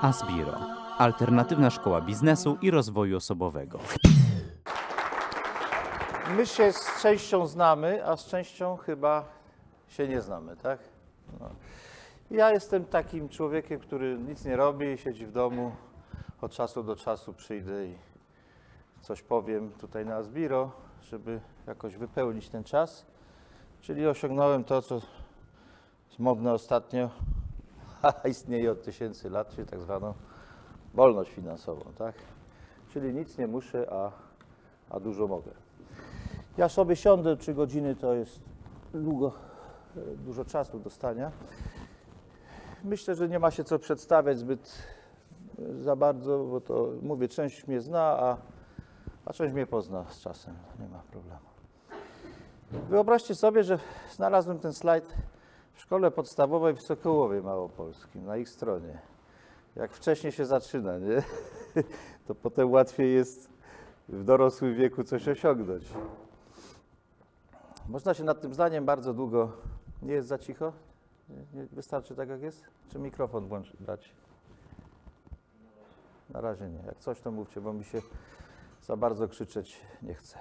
Asbiro. Alternatywna szkoła biznesu i rozwoju osobowego. My się z częścią znamy, a z częścią chyba się nie znamy, tak? No. Ja jestem takim człowiekiem, który nic nie robi, siedzi w domu, od czasu do czasu przyjdę i coś powiem tutaj na Asbiro, żeby jakoś wypełnić ten czas. Czyli osiągnąłem to, co jest modne ostatnio, a istnieje od tysięcy lat, czyli tak zwaną wolność finansową, tak? Czyli nic nie muszę, a dużo mogę. Ja sobie siądę 3 godziny, to jest dużo czasu do stania. Myślę, że nie ma się co przedstawiać zbyt za bardzo, bo to mówię, część mnie zna, a część mnie pozna z czasem, nie ma problemu. Wyobraźcie sobie, że znalazłem ten slajd w szkole podstawowej w Sokołowie Małopolskim, na ich stronie. Jak wcześniej się zaczyna, nie? To potem łatwiej jest w dorosłym wieku coś osiągnąć. Można się nad tym zdaniem bardzo długo... Nie jest za cicho? Nie wystarczy tak, jak jest? Czy mikrofon brać? Na razie nie. Jak coś, to mówcie, bo mi się za bardzo krzyczeć nie chce.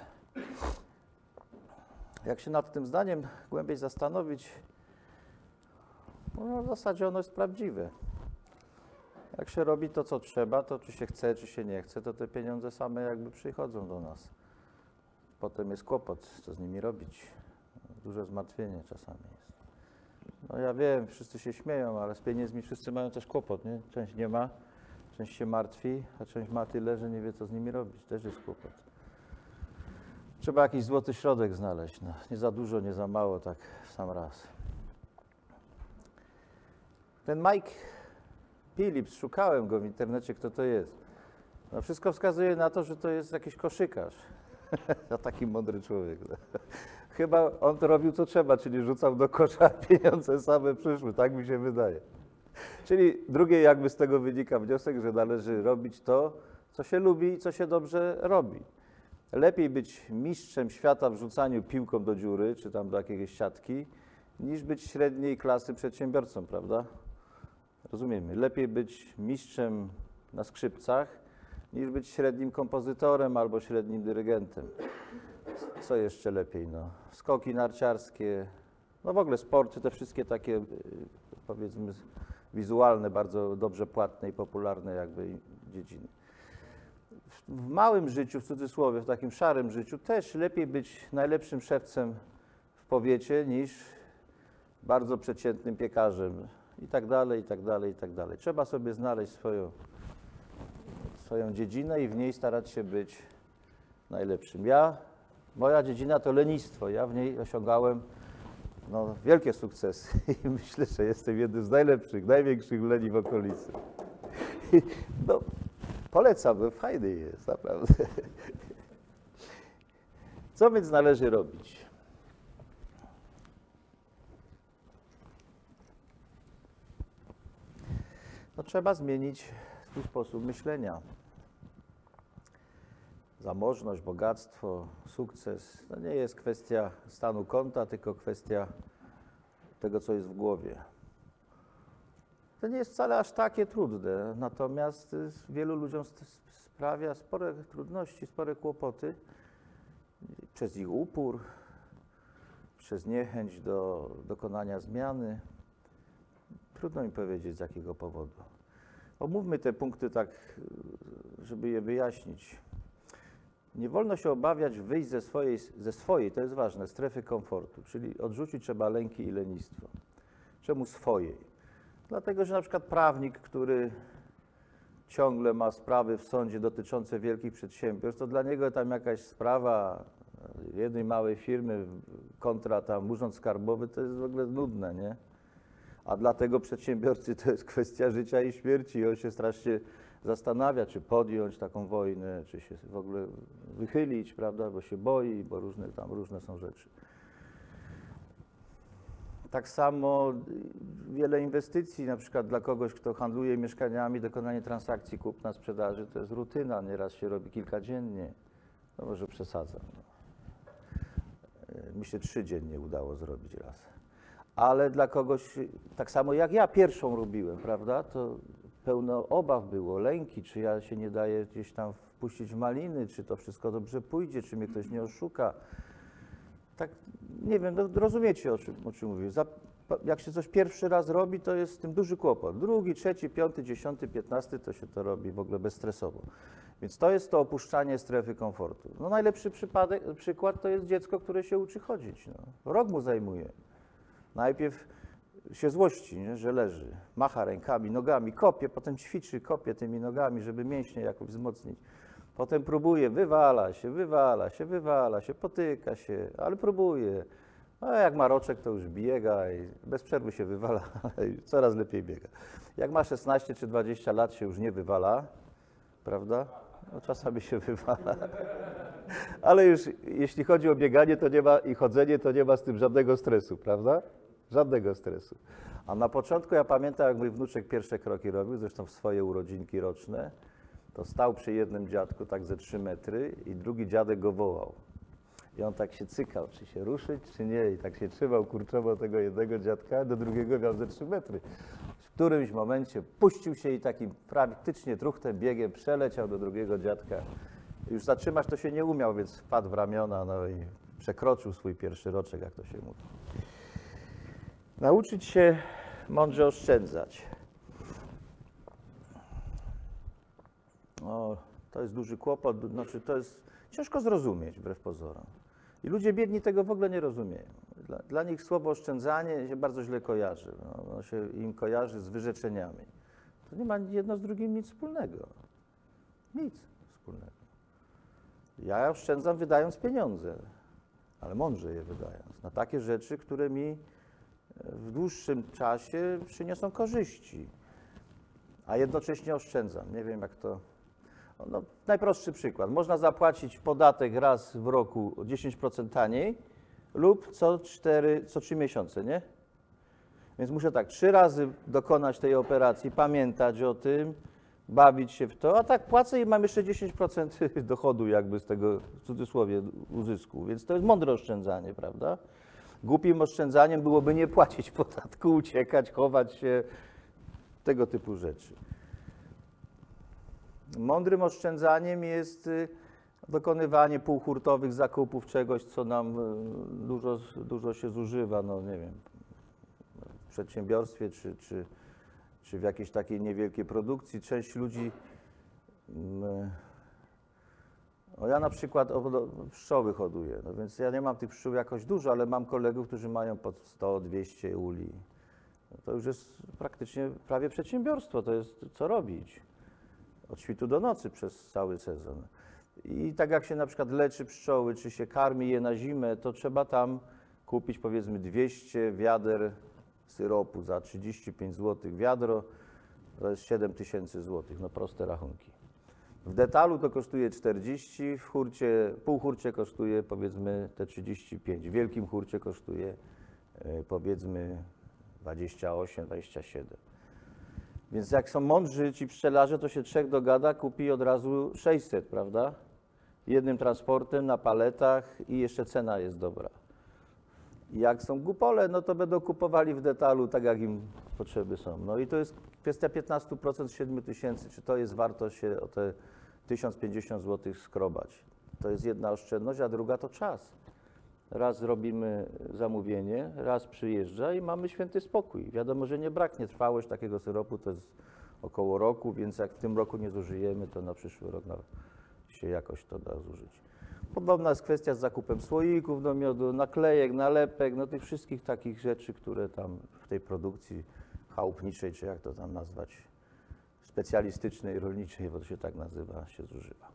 Jak się nad tym zdaniem głębiej zastanowić, no w zasadzie ono jest prawdziwe. Jak się robi to, co trzeba, to czy się chce, czy się nie chce, to te pieniądze same jakby przychodzą do nas. Potem jest kłopot, co z nimi robić. Duże zmartwienie czasami jest. No ja wiem, wszyscy się śmieją, ale z pieniędzmi wszyscy mają też kłopot, nie? Część nie ma, część się martwi, a część ma tyle, że nie wie, co z nimi robić. Też jest kłopot. Trzeba jakiś złoty środek znaleźć. No, nie za dużo, nie za mało, tak w sam raz. Ten Mike Phillips, szukałem go w internecie, kto to jest. No wszystko wskazuje na to, że to jest jakiś koszykarz. To taki mądry człowiek. No. Chyba on to robił co trzeba, czyli rzucał do kosza, pieniądze same przyszły, tak mi się wydaje. Czyli drugie jakby z tego wynika wniosek, że należy robić to, co się lubi i co się dobrze robi. Lepiej być mistrzem świata w rzucaniu piłką do dziury, czy tam do jakiejś siatki, niż być średniej klasy przedsiębiorcą, prawda? Rozumiemy. Lepiej być mistrzem na skrzypcach, niż być średnim kompozytorem albo średnim dyrygentem. Co jeszcze lepiej? No, skoki narciarskie, no w ogóle sporty, te wszystkie takie, powiedzmy, wizualne, bardzo dobrze płatne i popularne jakby dziedziny. W małym życiu, w cudzysłowie, w takim szarym życiu też lepiej być najlepszym szewcem w powiecie niż bardzo przeciętnym piekarzem i tak dalej, i tak dalej, i tak dalej. Trzeba sobie znaleźć swoją dziedzinę i w niej starać się być najlepszym. Moja dziedzina to lenistwo. Ja w niej osiągałem wielkie sukcesy i myślę, że jestem jednym z najlepszych, największych leni w okolicy. No, polecam, bo fajny jest, naprawdę. Co więc należy robić? No, trzeba zmienić swój sposób myślenia. Zamożność, bogactwo, sukces to nie jest kwestia stanu konta, tylko kwestia tego, co jest w głowie. To nie jest wcale aż takie trudne, natomiast wielu ludziom sprawia spore trudności, spore kłopoty przez ich upór, przez niechęć do dokonania zmiany. Trudno mi powiedzieć, z jakiego powodu. Omówmy te punkty tak, żeby je wyjaśnić. Nie wolno się obawiać wyjść ze swojej, to jest ważne, strefy komfortu, czyli odrzucić trzeba lęki i lenistwo. Czemu swojej? Dlatego, że na przykład prawnik, który ciągle ma sprawy w sądzie dotyczące wielkich przedsiębiorstw, to dla niego tam jakaś sprawa jednej małej firmy kontra tam urząd skarbowy, to jest w ogóle nudne, nie? A dla tego przedsiębiorcy to jest kwestia życia i śmierci i on się strasznie zastanawia, czy podjąć taką wojnę, czy się w ogóle wychylić, prawda, bo się boi, bo różne są rzeczy. Tak samo wiele inwestycji, na przykład dla kogoś, kto handluje mieszkaniami, dokonanie transakcji kupna, sprzedaży, to jest rutyna, nieraz się robi kilka dziennie, no może przesadzam. Mi się 3 dziennie udało zrobić raz. Ale dla kogoś, tak samo jak ja pierwszą robiłem, prawda, to pełno obaw było, lęki, czy ja się nie daję gdzieś tam wpuścić w maliny, czy to wszystko dobrze pójdzie, czy mnie ktoś nie oszuka. Tak, nie wiem, no, rozumiecie o czym mówię. Jak się coś pierwszy raz robi, to jest z tym duży kłopot. Drugi, trzeci, piąty, 10, 15 to się to robi w ogóle bezstresowo. Więc to jest to opuszczanie strefy komfortu. No najlepszy przykład to jest dziecko, które się uczy chodzić. No. Rok mu zajmuje. Najpierw się złości, nie? Że leży, macha rękami, nogami, kopie, potem ćwiczy, kopie tymi nogami, żeby mięśnie jakoś wzmocnić. Potem próbuje, wywala się, potyka się, ale próbuje. A jak ma roczek, to już biega i bez przerwy się wywala i coraz lepiej biega. Jak ma 16 czy 20 lat, się już nie wywala, prawda? No, czasami się wywala. Ale już jeśli chodzi o bieganie to nie ma, i chodzenie, to nie ma z tym żadnego stresu, prawda? Żadnego stresu. A na początku ja pamiętam, jak mój wnuczek pierwsze kroki robił, zresztą w swoje urodzinki roczne, to stał przy jednym dziadku tak ze 3 metry i drugi dziadek go wołał. I on tak się cykał, czy się ruszyć, czy nie. I tak się trzymał kurczowo tego jednego dziadka, do drugiego miał ze 3 metry. W którymś momencie puścił się i takim praktycznie truchtem biegiem przeleciał do drugiego dziadka. Już zatrzymać to się nie umiał, więc wpadł w ramiona, no i przekroczył swój pierwszy roczek, jak to się mówi. Nauczyć się mądrze oszczędzać. O, to jest duży kłopot, znaczy to jest ciężko zrozumieć wbrew pozorom. I ludzie biedni tego w ogóle nie rozumieją. Dla nich słowo oszczędzanie się bardzo źle kojarzy. No, ono się im kojarzy z wyrzeczeniami. To nie ma jedno z drugim nic wspólnego. Nic wspólnego. Ja oszczędzam wydając pieniądze, ale mądrze je wydając. Na takie rzeczy, które mi w dłuższym czasie przyniosą korzyści. A jednocześnie oszczędzam. Nie wiem, jak to... No, najprostszy przykład. Można zapłacić podatek raz w roku o 10% taniej lub co 3 miesiące, nie? Więc muszę tak 3 razy dokonać tej operacji, pamiętać o tym, bawić się w to, a tak płacę i mam jeszcze 10% dochodu jakby z tego, w cudzysłowie, uzysku. Więc to jest mądre oszczędzanie, prawda? Głupim oszczędzaniem byłoby nie płacić podatku, uciekać, chować się, tego typu rzeczy. Mądrym oszczędzaniem jest dokonywanie półhurtowych zakupów czegoś, co nam dużo się zużywa, no nie wiem, w przedsiębiorstwie czy w jakiejś takiej niewielkiej produkcji. Część ludzi, ja na przykład pszczoły hoduję, no więc ja nie mam tych pszczół jakoś dużo, ale mam kolegów, którzy mają pod 100-200 uli. No to już jest praktycznie prawie przedsiębiorstwo, to jest co robić. Od świtu do nocy przez cały sezon. I tak jak się na przykład leczy pszczoły, czy się karmi je na zimę, to trzeba tam kupić powiedzmy 200 wiader syropu za 35 zł wiadro, to jest 7000 zł, no proste rachunki. W detalu to kosztuje 40, w hurcie, półhurcie kosztuje powiedzmy te 35, w wielkim hurcie kosztuje powiedzmy 28, 27. Więc jak są mądrzy ci pszczelarze, to się 3 dogada, kupi od razu 600, prawda? Jednym transportem na paletach i jeszcze cena jest dobra. I jak są głupole, no to będą kupowali w detalu tak, jak im potrzeby są. No i to jest kwestia 15% z 7000, czy to jest warto się o te 1050 zł skrobać. To jest jedna oszczędność, a druga to czas. Raz robimy zamówienie, raz przyjeżdża i mamy święty spokój. Wiadomo, że nie braknie. Trwałość takiego syropu to jest około roku, więc jak w tym roku nie zużyjemy, to na przyszły rok się jakoś to da zużyć. Podobna jest kwestia z zakupem słoików do miodu, naklejek, nalepek, no tych wszystkich takich rzeczy, które tam w tej produkcji chałupniczej, czy jak to tam nazwać, specjalistycznej, rolniczej, bo to się tak nazywa, się zużywa.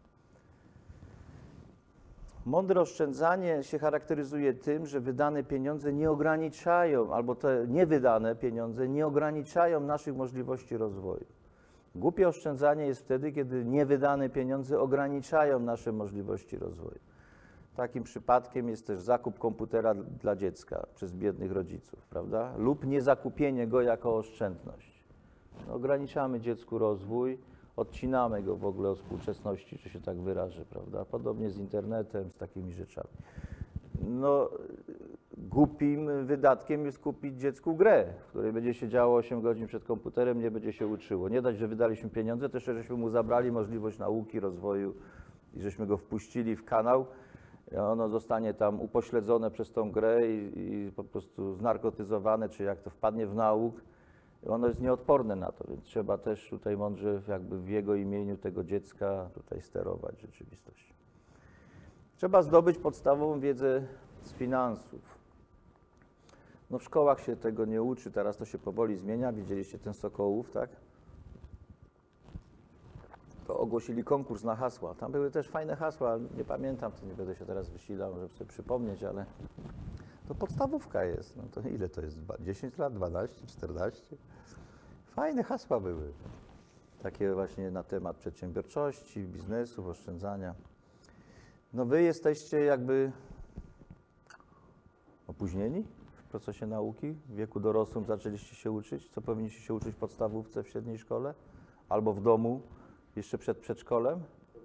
Mądre oszczędzanie się charakteryzuje tym, że wydane pieniądze nie ograniczają, albo te niewydane pieniądze nie ograniczają naszych możliwości rozwoju. Głupie oszczędzanie jest wtedy, kiedy niewydane pieniądze ograniczają nasze możliwości rozwoju. Takim przypadkiem jest też zakup komputera dla dziecka przez biednych rodziców, prawda? Lub niezakupienie go jako oszczędność. No, ograniczamy dziecku rozwój, odcinamy go w ogóle od współczesności, że się tak wyrażę, prawda? Podobnie z internetem, z takimi rzeczami. No, głupim wydatkiem jest kupić dziecku grę, w której będzie siedziało 8 godzin przed komputerem, nie będzie się uczyło. Nie dać, że wydaliśmy pieniądze, to jeszcze żeśmy mu zabrali możliwość nauki, rozwoju i żeśmy go wpuścili w kanał. I ono zostanie tam upośledzone przez tą grę i po prostu znarkotyzowane, czy jak to wpadnie w nauk. I ono jest nieodporne na to, więc trzeba też tutaj mądrze jakby w jego imieniu tego dziecka tutaj sterować rzeczywistością. Trzeba zdobyć podstawową wiedzę z finansów. No w szkołach się tego nie uczy, teraz to się powoli zmienia. Widzieliście ten Sokołów, tak? To ogłosili konkurs na hasła. Tam były też fajne hasła, nie pamiętam, to nie będę się teraz wysilał, żeby sobie przypomnieć, ale to podstawówka jest. No to ile to jest? 10 lat, 12, 14? Fajne hasła były. Takie właśnie na temat przedsiębiorczości, biznesu, oszczędzania. No wy jesteście jakby opóźnieni w procesie nauki. W wieku dorosłym zaczęliście się uczyć. Co powinniście się uczyć w podstawówce, w średniej szkole? Albo w domu, jeszcze przed przedszkolem?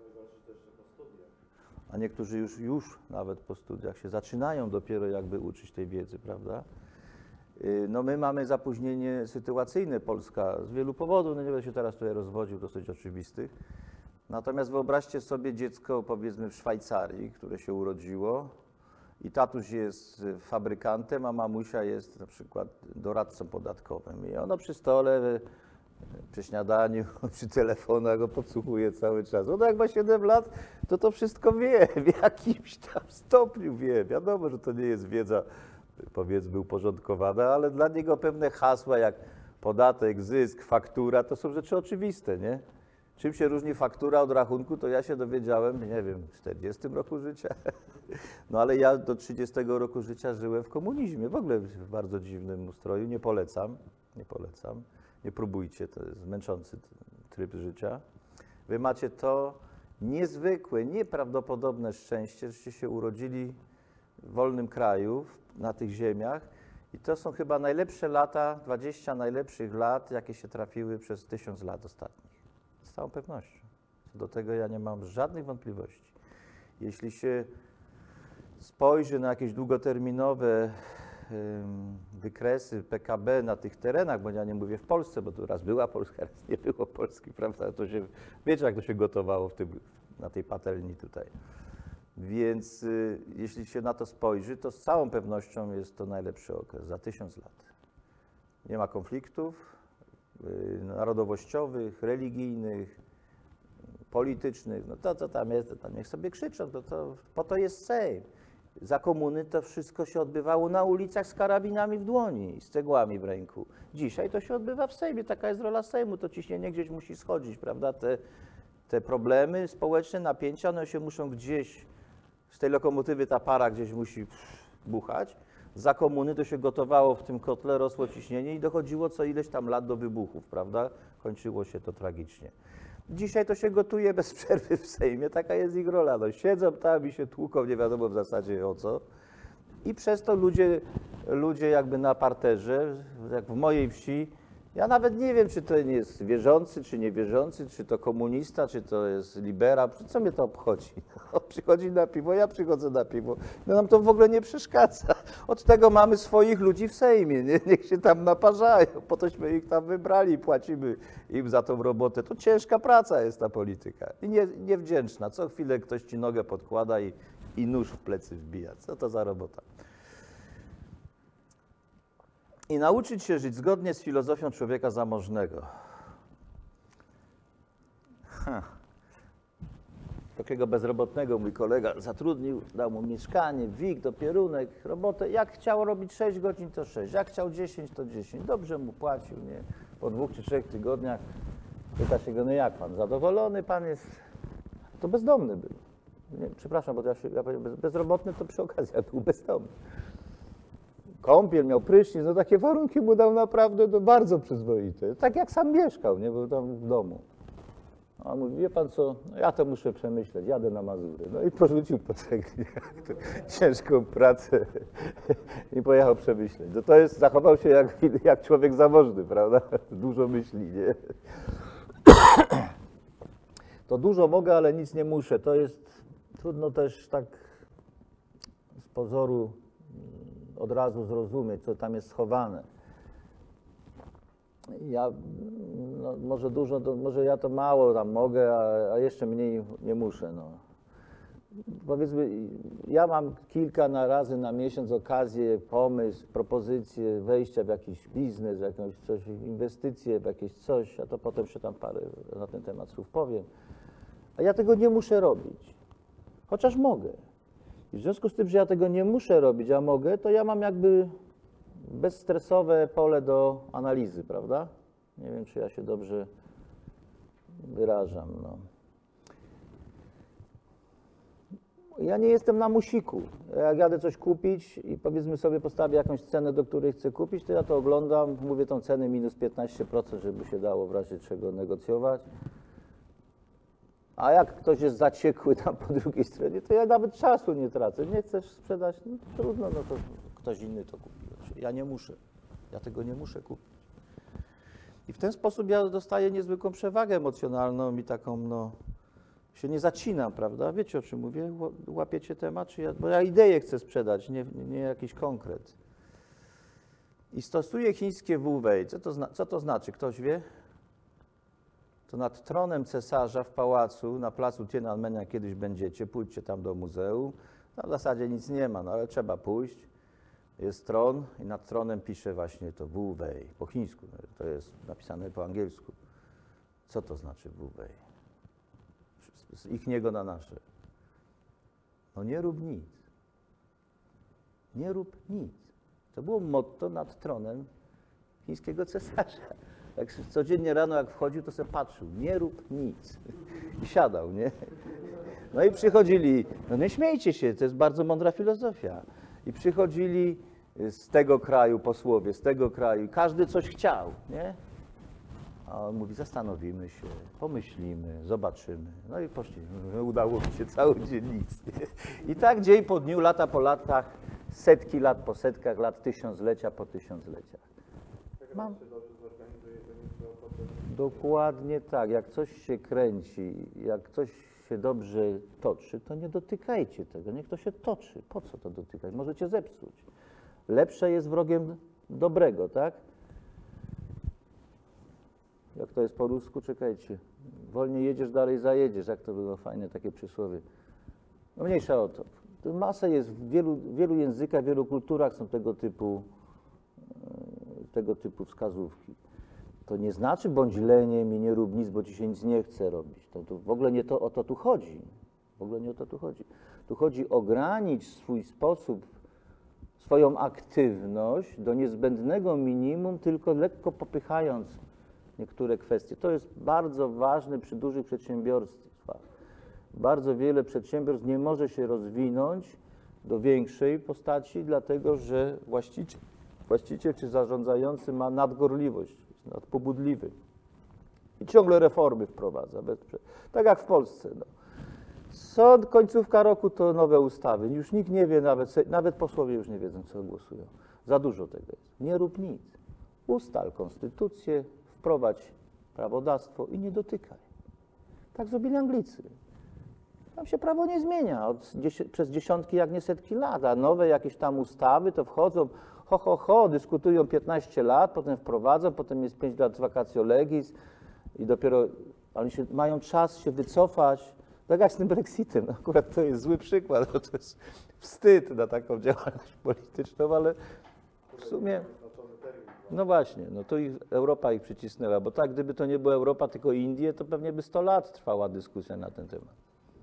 A niektórzy już nawet po studiach się zaczynają dopiero jakby uczyć tej wiedzy, prawda? No my mamy zapóźnienie sytuacyjne, Polska, z wielu powodów, no nie będę się teraz tutaj rozwodził, dosyć oczywistych. Natomiast wyobraźcie sobie dziecko, powiedzmy w Szwajcarii, które się urodziło i tatuś jest fabrykantem, a mamusia jest na przykład doradcą podatkowym. I ono przy stole, przy śniadaniu, przy telefonach go podsłuchuje cały czas. Ono jak ma 7 lat, to wszystko wie, w jakimś tam stopniu wie. Wiadomo, że to nie jest wiedza, powiedzmy, uporządkowana, ale dla niego pewne hasła jak podatek, zysk, faktura, to są rzeczy oczywiste, nie? Czym się różni faktura od rachunku, to ja się dowiedziałem, nie wiem, w 40 roku życia. No ale ja do 30 roku życia żyłem w komunizmie, w ogóle w bardzo dziwnym ustroju, nie polecam. Nie próbujcie, to jest męczący tryb życia. Wy macie to niezwykłe, nieprawdopodobne szczęście, żeście się urodzili w wolnym kraju, na tych ziemiach i to są chyba najlepsze lata, 20 najlepszych lat, jakie się trafiły przez 1000 lat ostatnich. Z całą pewnością. Co do tego ja nie mam żadnych wątpliwości. Jeśli się spojrzy na jakieś długoterminowe wykresy PKB na tych terenach, bo ja nie mówię w Polsce, bo tu raz była Polska, raz nie było Polski, prawda? To się, wiecie, jak to się gotowało na tej patelni tutaj. Więc jeśli się na to spojrzy, to z całą pewnością jest to najlepszy okres, za 1000 lat. Nie ma konfliktów narodowościowych, religijnych, politycznych. No to co tam jest, to tam niech sobie krzyczą, po to jest Sejm. Za komuny to wszystko się odbywało na ulicach z karabinami w dłoni, z cegłami w ręku. Dzisiaj to się odbywa w Sejmie, taka jest rola Sejmu, to ciśnienie gdzieś musi schodzić, prawda? Te problemy społeczne, napięcia, one się muszą gdzieś, z tej lokomotywy ta para gdzieś musi buchać. Za komuny to się gotowało w tym kotle, rosło ciśnienie i dochodziło co ileś tam lat do wybuchów, prawda? Kończyło się to tragicznie. Dzisiaj to się gotuje bez przerwy w Sejmie, taka jest ich rola. No, siedzą tam i się tłuką, nie wiadomo w zasadzie o co. I przez to ludzie jakby na parterze, jak w mojej wsi, ja nawet nie wiem, czy to jest wierzący, czy niewierzący, czy to komunista, czy to jest liberał, co mnie to obchodzi? On przychodzi na piwo, ja przychodzę na piwo, no nam to w ogóle nie przeszkadza. Od tego mamy swoich ludzi w Sejmie, nie? Niech się tam naparzają, po tośmy ich tam wybrali, płacimy im za tą robotę. To ciężka praca jest ta polityka i niewdzięczna. Co chwilę ktoś ci nogę podkłada i nóż w plecy wbija. Co to za robota? I nauczyć się żyć zgodnie z filozofią człowieka zamożnego. Takiego bezrobotnego mój kolega zatrudnił, dał mu mieszkanie, WIG, dopierunek, robotę. Jak chciał robić 6 godzin, to 6. Jak chciał 10, to 10. Dobrze mu płacił, nie? Po 2 czy 3 tygodniach pyta się go, no jak pan, zadowolony pan jest? To bezdomny był. Nie, przepraszam, bo ja powiem, bezrobotny to przy okazji, a był bezdomny. Kąpiel, miał prysznic, no takie warunki mu dał naprawdę bardzo przyzwoite. Tak jak sam mieszkał, nie? Był tam w domu. A on mówi, wie pan co, no ja to muszę przemyśleć, jadę na Mazury. No i porzucił po 3 dniach ciężką pracę i pojechał przemyśleć. No to jest, zachował się jak człowiek zamożny, prawda? Dużo myśli, nie? To dużo mogę, ale nic nie muszę. To jest trudno też tak z pozoru od razu zrozumieć, co tam jest schowane. Ja, no, może dużo, może ja to mało tam mogę, a jeszcze mniej nie muszę. No. Powiedzmy, ja mam kilka razy na miesiąc okazję, pomysł, propozycję wejścia w jakiś biznes, w jakąś coś, inwestycje, w jakieś coś, a to potem się tam parę na ten temat słów powiem. A ja tego nie muszę robić, chociaż mogę. I w związku z tym, że ja tego nie muszę robić, a mogę, to ja mam jakby bezstresowe pole do analizy, prawda? Nie wiem, czy ja się dobrze wyrażam. No. Ja nie jestem na musiku. Jak jadę coś kupić i powiedzmy sobie postawię jakąś cenę, do której chcę kupić, to ja to oglądam, mówię tą cenę minus 15%, żeby się dało w razie czego negocjować. A jak ktoś jest zaciekły tam po drugiej stronie, to ja nawet czasu nie tracę. Nie chcesz sprzedać? No trudno, no to ktoś inny to kupi. Ja nie muszę. Ja tego nie muszę kupić. I w ten sposób ja dostaję niezwykłą przewagę emocjonalną i taką, no, się nie zacinam, prawda? Wiecie, o czym mówię? Łapiecie temat? Bo ja ideę chcę sprzedać, nie jakiś konkret. I stosuję chińskie Wu-Wei. Co to znaczy? Ktoś wie? To nad tronem cesarza w pałacu, na placu Tiananmen, jak kiedyś będziecie, pójdźcie tam do muzeum. Tam w zasadzie nic nie ma, no ale trzeba pójść. Jest tron i nad tronem pisze właśnie to Wu-Wei, po chińsku, no, to jest napisane po angielsku. Co to znaczy Wu-Wei? Z ichniego na nasze. No nie rób nic. Nie rób nic. To było motto nad tronem chińskiego cesarza. Jak codziennie rano jak wchodził, to sobie patrzył, nie rób nic. I siadał, nie? No i przychodzili, no nie śmiejcie się, to jest bardzo mądra filozofia. I przychodzili z tego kraju posłowie, z tego kraju, każdy coś chciał, nie? A on mówi, zastanowimy się, pomyślimy, zobaczymy. No i poszli, udało mi się cały dzień nic. Nie? I tak dzień po dniu, lata po latach, setki lat po setkach lat, tysiąclecia po tysiącleciach. Mam. Dokładnie tak, jak coś się kręci, jak coś się dobrze toczy, to nie dotykajcie tego, niech to się toczy. Po co to dotykać? Możecie zepsuć. Lepsze jest wrogiem dobrego, tak? Jak to jest po rusku? Czekajcie. Wolniej jedziesz, dalej zajedziesz. Jak to było fajne takie przysłowie. No mniejsza o to. Masę jest w wielu językach, w wielu kulturach są tego typu wskazówki. To nie znaczy bądź leniem i nie rób nic, bo ci się nic nie chce robić. To w ogóle nie o to tu chodzi. W ogóle nie o to tu chodzi. Tu chodzi ogranicz swój sposób, swoją aktywność do niezbędnego minimum, tylko lekko popychając niektóre kwestie. To jest bardzo ważne przy dużych przedsiębiorstwach. Bardzo wiele przedsiębiorstw nie może się rozwinąć do większej postaci, dlatego że właściciel czy zarządzający ma nadgorliwość, jest nadpobudliwy i ciągle reformy wprowadza. Tak jak w Polsce. No. Co końcówka roku to nowe ustawy. Już nikt nie wie, nawet posłowie już nie wiedzą, co głosują. Za dużo tego jest. Nie rób nic. Ustal konstytucję, wprowadź prawodawstwo i nie dotykaj. Tak zrobili Anglicy. Tam się prawo nie zmienia przez dziesiątki, jak nie setki lat, a nowe jakieś tam ustawy to wchodzą, dyskutują 15 lat, potem wprowadzą, potem jest 5 lat vacatio legis i dopiero oni mają czas się wycofać. Tak jak z tym Brexitem, no akurat to jest zły przykład, bo to jest wstyd na taką działalność polityczną, ale w sumie, no właśnie, no to Europa ich przycisnęła, bo tak, gdyby to nie była Europa, tylko Indie, to pewnie by 100 lat trwała dyskusja na ten temat.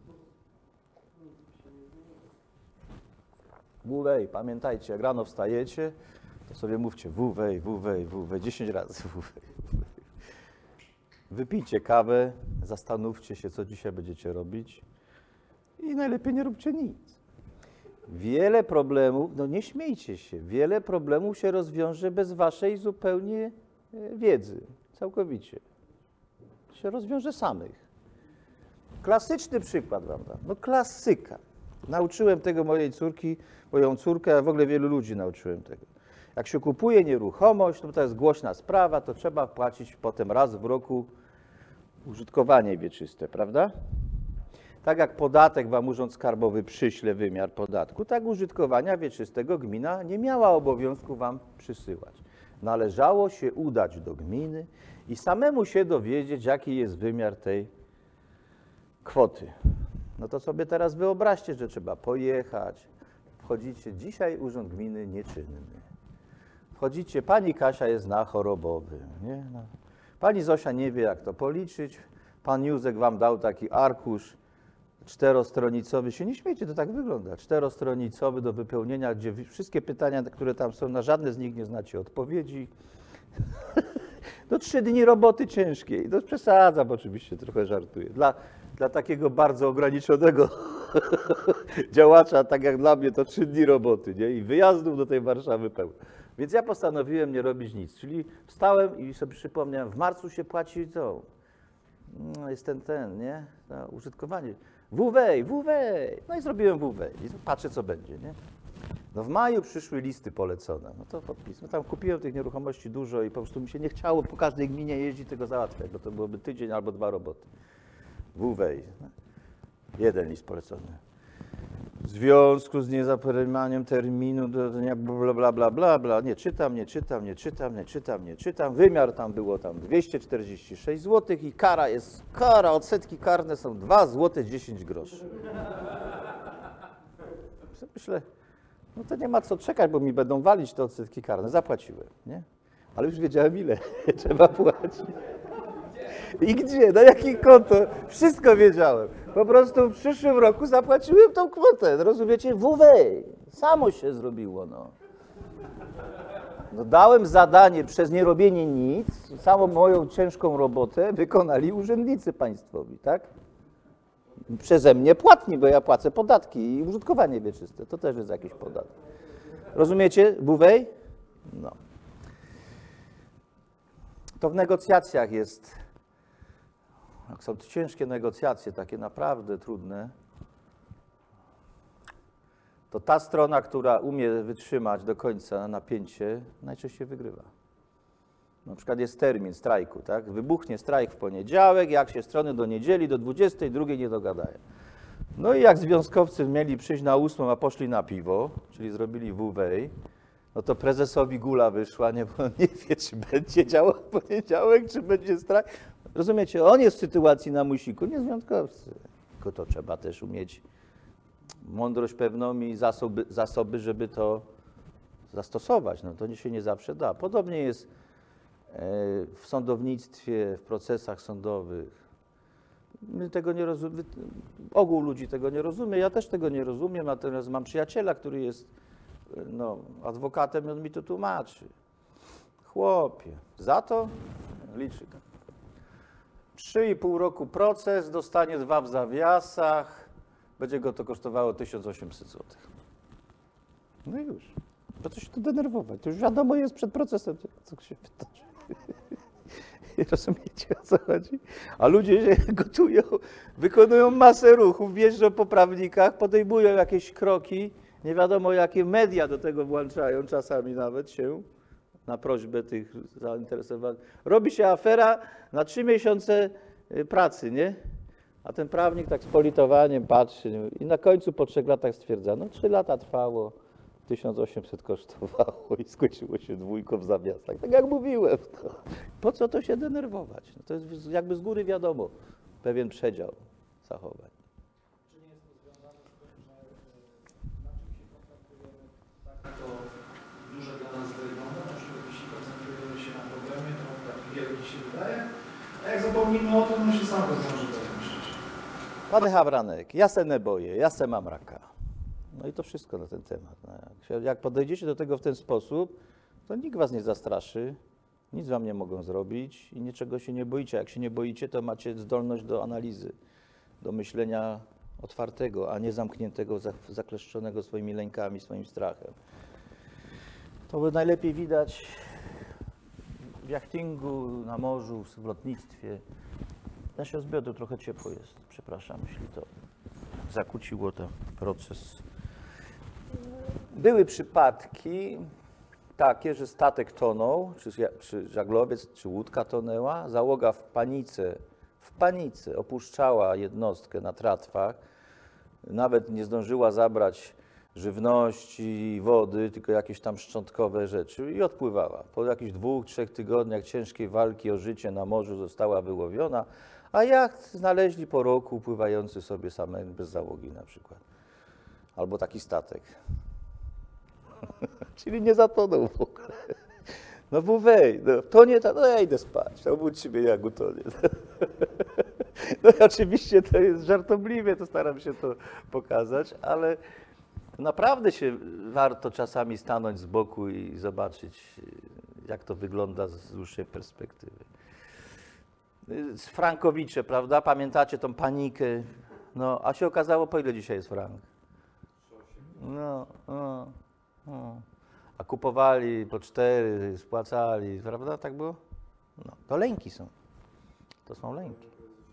Wu-Wei, pamiętajcie, jak rano wstajecie, to sobie mówcie Wu-Wei, Wu-Wei, Wu-Wei, 10 razy Wu-Wei. Wypijcie kawę, zastanówcie się, co dzisiaj będziecie robić i najlepiej nie róbcie nic. Wiele problemów, no nie śmiejcie się, wiele problemów się rozwiąże bez waszej zupełnie wiedzy, całkowicie. Się rozwiąże samych. Klasyczny przykład wam dam, no klasyka. Nauczyłem tego mojej córki, moją córkę, a w ogóle wielu ludzi nauczyłem tego. Jak się kupuje nieruchomość, no to jest głośna sprawa, to trzeba płacić potem raz w roku użytkowanie wieczyste, prawda? Tak jak podatek wam Urząd Skarbowy przyśle wymiar podatku, tak użytkowania wieczystego gmina nie miała obowiązku wam przysyłać. Należało się udać do gminy i samemu się dowiedzieć, jaki jest wymiar tej kwoty. No to sobie teraz wyobraźcie, że trzeba pojechać. Wchodzicie, dzisiaj Urząd Gminy nieczynny. Wchodzicie, pani Kasia jest na chorobowym, nie? No. Pani Zosia nie wie, jak to policzyć. Pan Józek wam dał taki arkusz czterostronicowy. Się nie śmiejcie, to tak wygląda. Czterostronicowy do wypełnienia, gdzie wszystkie pytania, które tam są, na żadne z nich nie znacie odpowiedzi. No 3 dni roboty ciężkiej. No przesadzam oczywiście, trochę żartuję. Dla takiego bardzo ograniczonego działacza, tak jak dla mnie, to 3 dni roboty, nie? I wyjazdów do tej Warszawy pełno. Więc ja postanowiłem nie robić nic. Czyli wstałem i sobie przypomniałem, w marcu się płaci to. No jest ten, nie? Na użytkowanie. WW. No i zrobiłem WW. I patrzę, co będzie, nie? No w maju przyszły listy polecone. No to podpis. No tam kupiłem tych nieruchomości dużo i po prostu mi się nie chciało po każdej gminie jeździć, tego załatwiać, bo to byłoby tydzień albo 2 roboty. WW. Jeden list polecony. W związku z niezapełnianiem terminu, bla, bla, bla, bla. Nie czytam. Wymiar tam było 246 zł i kara, odsetki karne są 2 zł 10 groszy. Myślę, no to nie ma co czekać, bo mi będą walić te odsetki karne. Zapłaciłem, nie? Ale już wiedziałem, ile trzeba płacić. I gdzie, na jakie konto, wszystko wiedziałem. Po prostu w przyszłym roku zapłaciłem tą kwotę, rozumiecie? WW, samo się zrobiło, no. No dałem zadanie przez nierobienie nic, całą moją ciężką robotę wykonali urzędnicy państwowi, tak? Przeze mnie płatni, bo ja płacę podatki i użytkowanie wieczyste, to też jest jakiś podatek. Rozumiecie, WW? No. To w negocjacjach jest, jak są to ciężkie negocjacje, takie naprawdę trudne, to ta strona, która umie wytrzymać do końca napięcie, najczęściej wygrywa. Na przykład jest termin strajku, tak? Wybuchnie strajk w poniedziałek, jak się strony do niedzieli, do 22 nie dogadają. No i jak związkowcy mieli przyjść na 8, a poszli na piwo, czyli zrobili WW, no to prezesowi gula wyszła, nie, bo on nie wie, czy będzie działał w poniedziałek, czy będzie strajk. Rozumiecie, on jest w sytuacji na musiku, nie związkowcy. Tylko to trzeba też umieć mądrość pewną i zasoby, żeby to zastosować. No to się nie zawsze da. Podobnie jest w sądownictwie, w procesach sądowych. My tego nie rozumiemy, ogół ludzi tego nie rozumie, ja też tego nie rozumiem, natomiast mam przyjaciela, który jest adwokatem, on mi to tłumaczy. Chłopie, za to liczy. 3,5 roku proces, dostanie 2 w zawiasach, będzie go to kosztowało 1800 zł. No i już. Po co się tu denerwować? To już wiadomo jest przed procesem, co się wydarzy. Rozumiecie, o co chodzi? A ludzie się gotują, wykonują masę ruchów, jeżdżą po prawnikach, podejmują jakieś kroki, nie wiadomo jakie media do tego włączają, czasami nawet się, na prośbę tych zainteresowanych. Robi się afera na 3 miesiące pracy, nie? A ten prawnik tak z politowaniem patrzy i na końcu po 3 latach stwierdza, no 3 lata trwało, 1800 kosztowało i skończyło się 2 w zawiasach. Tak jak mówiłem, to po co to się denerwować? No to jest jakby z góry wiadomo, pewien przedział zachowań. Czy nie jest to związane z tym, że na czym się koncentrujemy, tak to duże dla nas wygląda, na przykład jeśli koncentrujemy się na problemie, to on taki wielki się wydaje, a jak zapomnimy o tym, on się sam rozwiąże w pewnym szczycie. Panie Hawranek, ja se nie boję, ja se mam raka. No i to wszystko na ten temat. No jak podejdziecie do tego w ten sposób, to nikt was nie zastraszy, nic wam nie mogą zrobić i niczego się nie boicie. Jak się nie boicie, to macie zdolność do analizy, do myślenia otwartego, a nie zamkniętego, zakleszczonego swoimi lękami, swoim strachem. To by najlepiej widać w jachtingu, na morzu, w lotnictwie. Ja się rozbiorę, to trochę ciepło jest, przepraszam, jeśli to zakłóciło ten proces. Były przypadki takie, że statek tonął, czy żaglowiec, czy łódka tonęła, załoga w panice w panice opuszczała jednostkę na tratwach, nawet nie zdążyła zabrać żywności i wody, tylko jakieś tam szczątkowe rzeczy i odpływała. Po jakichś 2-3 tygodniach ciężkiej walki o życie na morzu została wyłowiona, a jacht znaleźli po roku pływający sobie same bez załogi na przykład. Albo taki statek. Czyli nie zatonął w ogóle. No wuwej, no tonie, no ja idę spać, obudź mnie jak utonie. No i oczywiście to jest żartobliwie, to staram się to pokazać, ale naprawdę się warto czasami stanąć z boku i zobaczyć, jak to wygląda z dłuższej perspektywy. Frankowicze, prawda? Pamiętacie tą panikę? No, a się okazało, po ile dzisiaj jest frank? No. A kupowali po 4, spłacali, prawda? Tak było? No, to lęki są. To są lęki.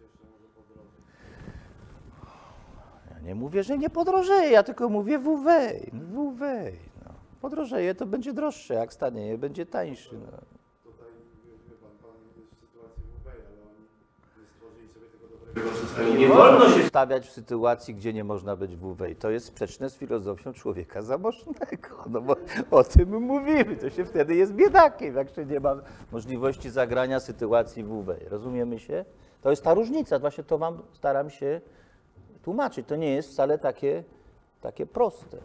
Ja nie mówię, że nie podrożeje, ja tylko mówię WW. No. Podrożeje, to będzie droższe, jak stanieje, będzie tańszy. No. Tutaj, wie pan jest w sytuacji WW, ale oni nie stworzyli sobie tego dobrego systemu. Nie wolno się stawiać w sytuacji, gdzie nie można być WW. To jest sprzeczne z filozofią człowieka zamożnego. No bo o tym mówimy. To się wtedy jest biedakiem, jak się nie ma możliwości zagrania sytuacji WW. Rozumiemy się? To jest ta różnica. Właśnie to wam staram się tłumaczyć. To nie jest wcale takie proste.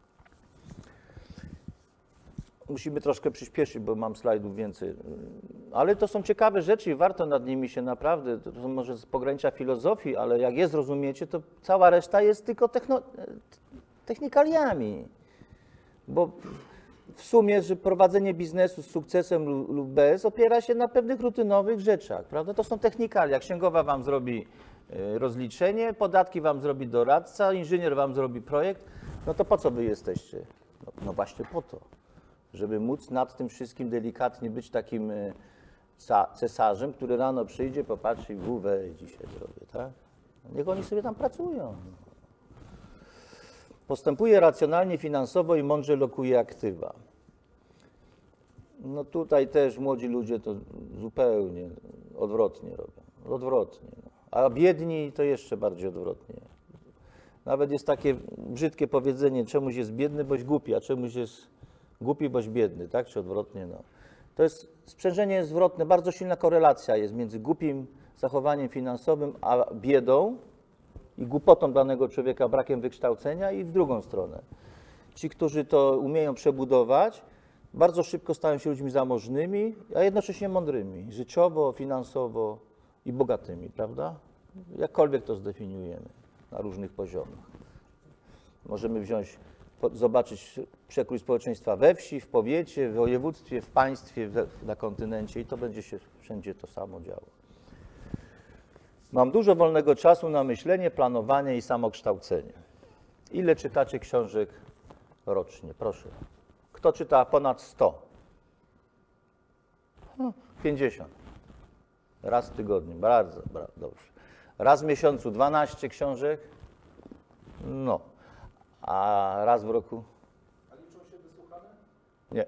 Musimy troszkę przyspieszyć, bo mam slajdów więcej. Ale to są ciekawe rzeczy i warto nad nimi się naprawdę, to są może z pogranicza filozofii, ale jak je zrozumiecie, to cała reszta jest tylko technikaliami. Bo w sumie, że prowadzenie biznesu z sukcesem lub bez opiera się na pewnych rutynowych rzeczach, prawda? To są technikalia. Księgowa wam zrobi rozliczenie, podatki wam zrobi doradca, inżynier wam zrobi projekt. No to po co wy jesteście? No właśnie po to, żeby móc nad tym wszystkim delikatnie być takim cesarzem, który rano przyjdzie, popatrzy i WW dzisiaj zrobię, tak? Niech oni sobie tam pracują. Postępuje racjonalnie, finansowo i mądrze lokuje aktywa. No tutaj też młodzi ludzie to zupełnie odwrotnie robią. Odwrotnie. No. A biedni to jeszcze bardziej odwrotnie. Nawet jest takie brzydkie powiedzenie, czemuś jest biedny, boś głupi, a czemuś jest głupi, boś biedny, tak? Czy odwrotnie? No. To jest sprzężenie zwrotne, bardzo silna korelacja jest między głupim zachowaniem finansowym, a biedą i głupotą danego człowieka, brakiem wykształcenia i w drugą stronę. Ci, którzy to umieją przebudować, bardzo szybko stają się ludźmi zamożnymi, a jednocześnie mądrymi, życiowo, finansowo i bogatymi, prawda? Jakkolwiek to zdefiniujemy na różnych poziomach. Możemy zobaczyć przekrój społeczeństwa we wsi, w powiecie, w województwie, w państwie, na kontynencie i to będzie się wszędzie to samo działo. Mam dużo wolnego czasu na myślenie, planowanie i samokształcenie. Ile czytacie książek rocznie? Proszę. Kto czyta ponad 100? 50. Raz w tygodniu. Bardzo dobrze. Raz w miesiącu 12 książek? No. A raz w roku? A liczą się wysłuchane? Nie.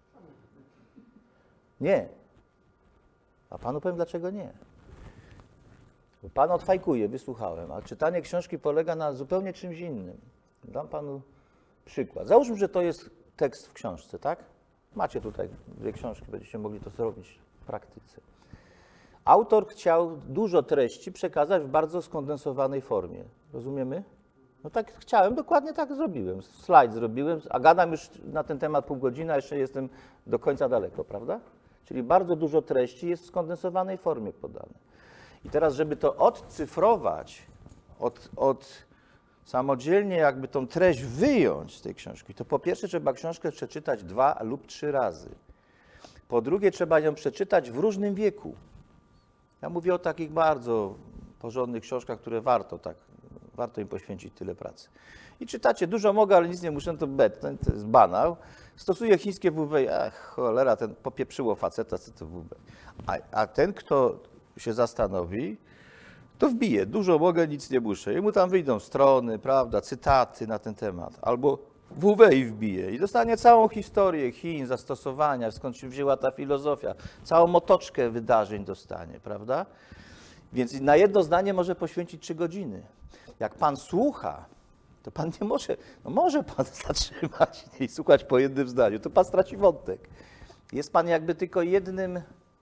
Nie. A panu powiem, dlaczego nie. Bo pan odfajkuje, wysłuchałem, a czytanie książki polega na zupełnie czymś innym. Dam panu przykład. Załóżmy, że to jest tekst w książce, tak? Macie tutaj 2 książki, będziecie mogli to zrobić w praktyce. Autor chciał dużo treści przekazać w bardzo skondensowanej formie. Rozumiemy? No tak chciałem, dokładnie tak zrobiłem. Slajd zrobiłem, a gadam już na ten temat pół godziny, a jeszcze jestem do końca daleko, prawda? Czyli bardzo dużo treści jest w skondensowanej formie podane. I teraz, żeby to odcyfrować, samodzielnie jakby tą treść wyjąć z tej książki, to po pierwsze trzeba książkę przeczytać 2 lub 3 razy. Po drugie trzeba ją przeczytać w różnym wieku. Ja mówię o takich bardzo porządnych książkach, które warto im poświęcić tyle pracy. I czytacie, dużo mogę, ale nic nie muszę, to jest banał. Stosuję chińskie WW, cholera, ten popieprzyło faceta, co to WW. A ten, kto się zastanowi, to wbije, dużo mogę, nic nie muszę. I mu tam wyjdą strony, prawda, cytaty na ten temat. Albo WW i wbije i dostanie całą historię Chin, zastosowania, skąd się wzięła ta filozofia, całą otoczkę wydarzeń dostanie, prawda? Więc na jedno zdanie może poświęcić 3 godziny. Jak pan słucha, to pan nie może, no może pan zatrzymać i słuchać po jednym zdaniu, to pan straci wątek. Jest pan jakby tylko jednym.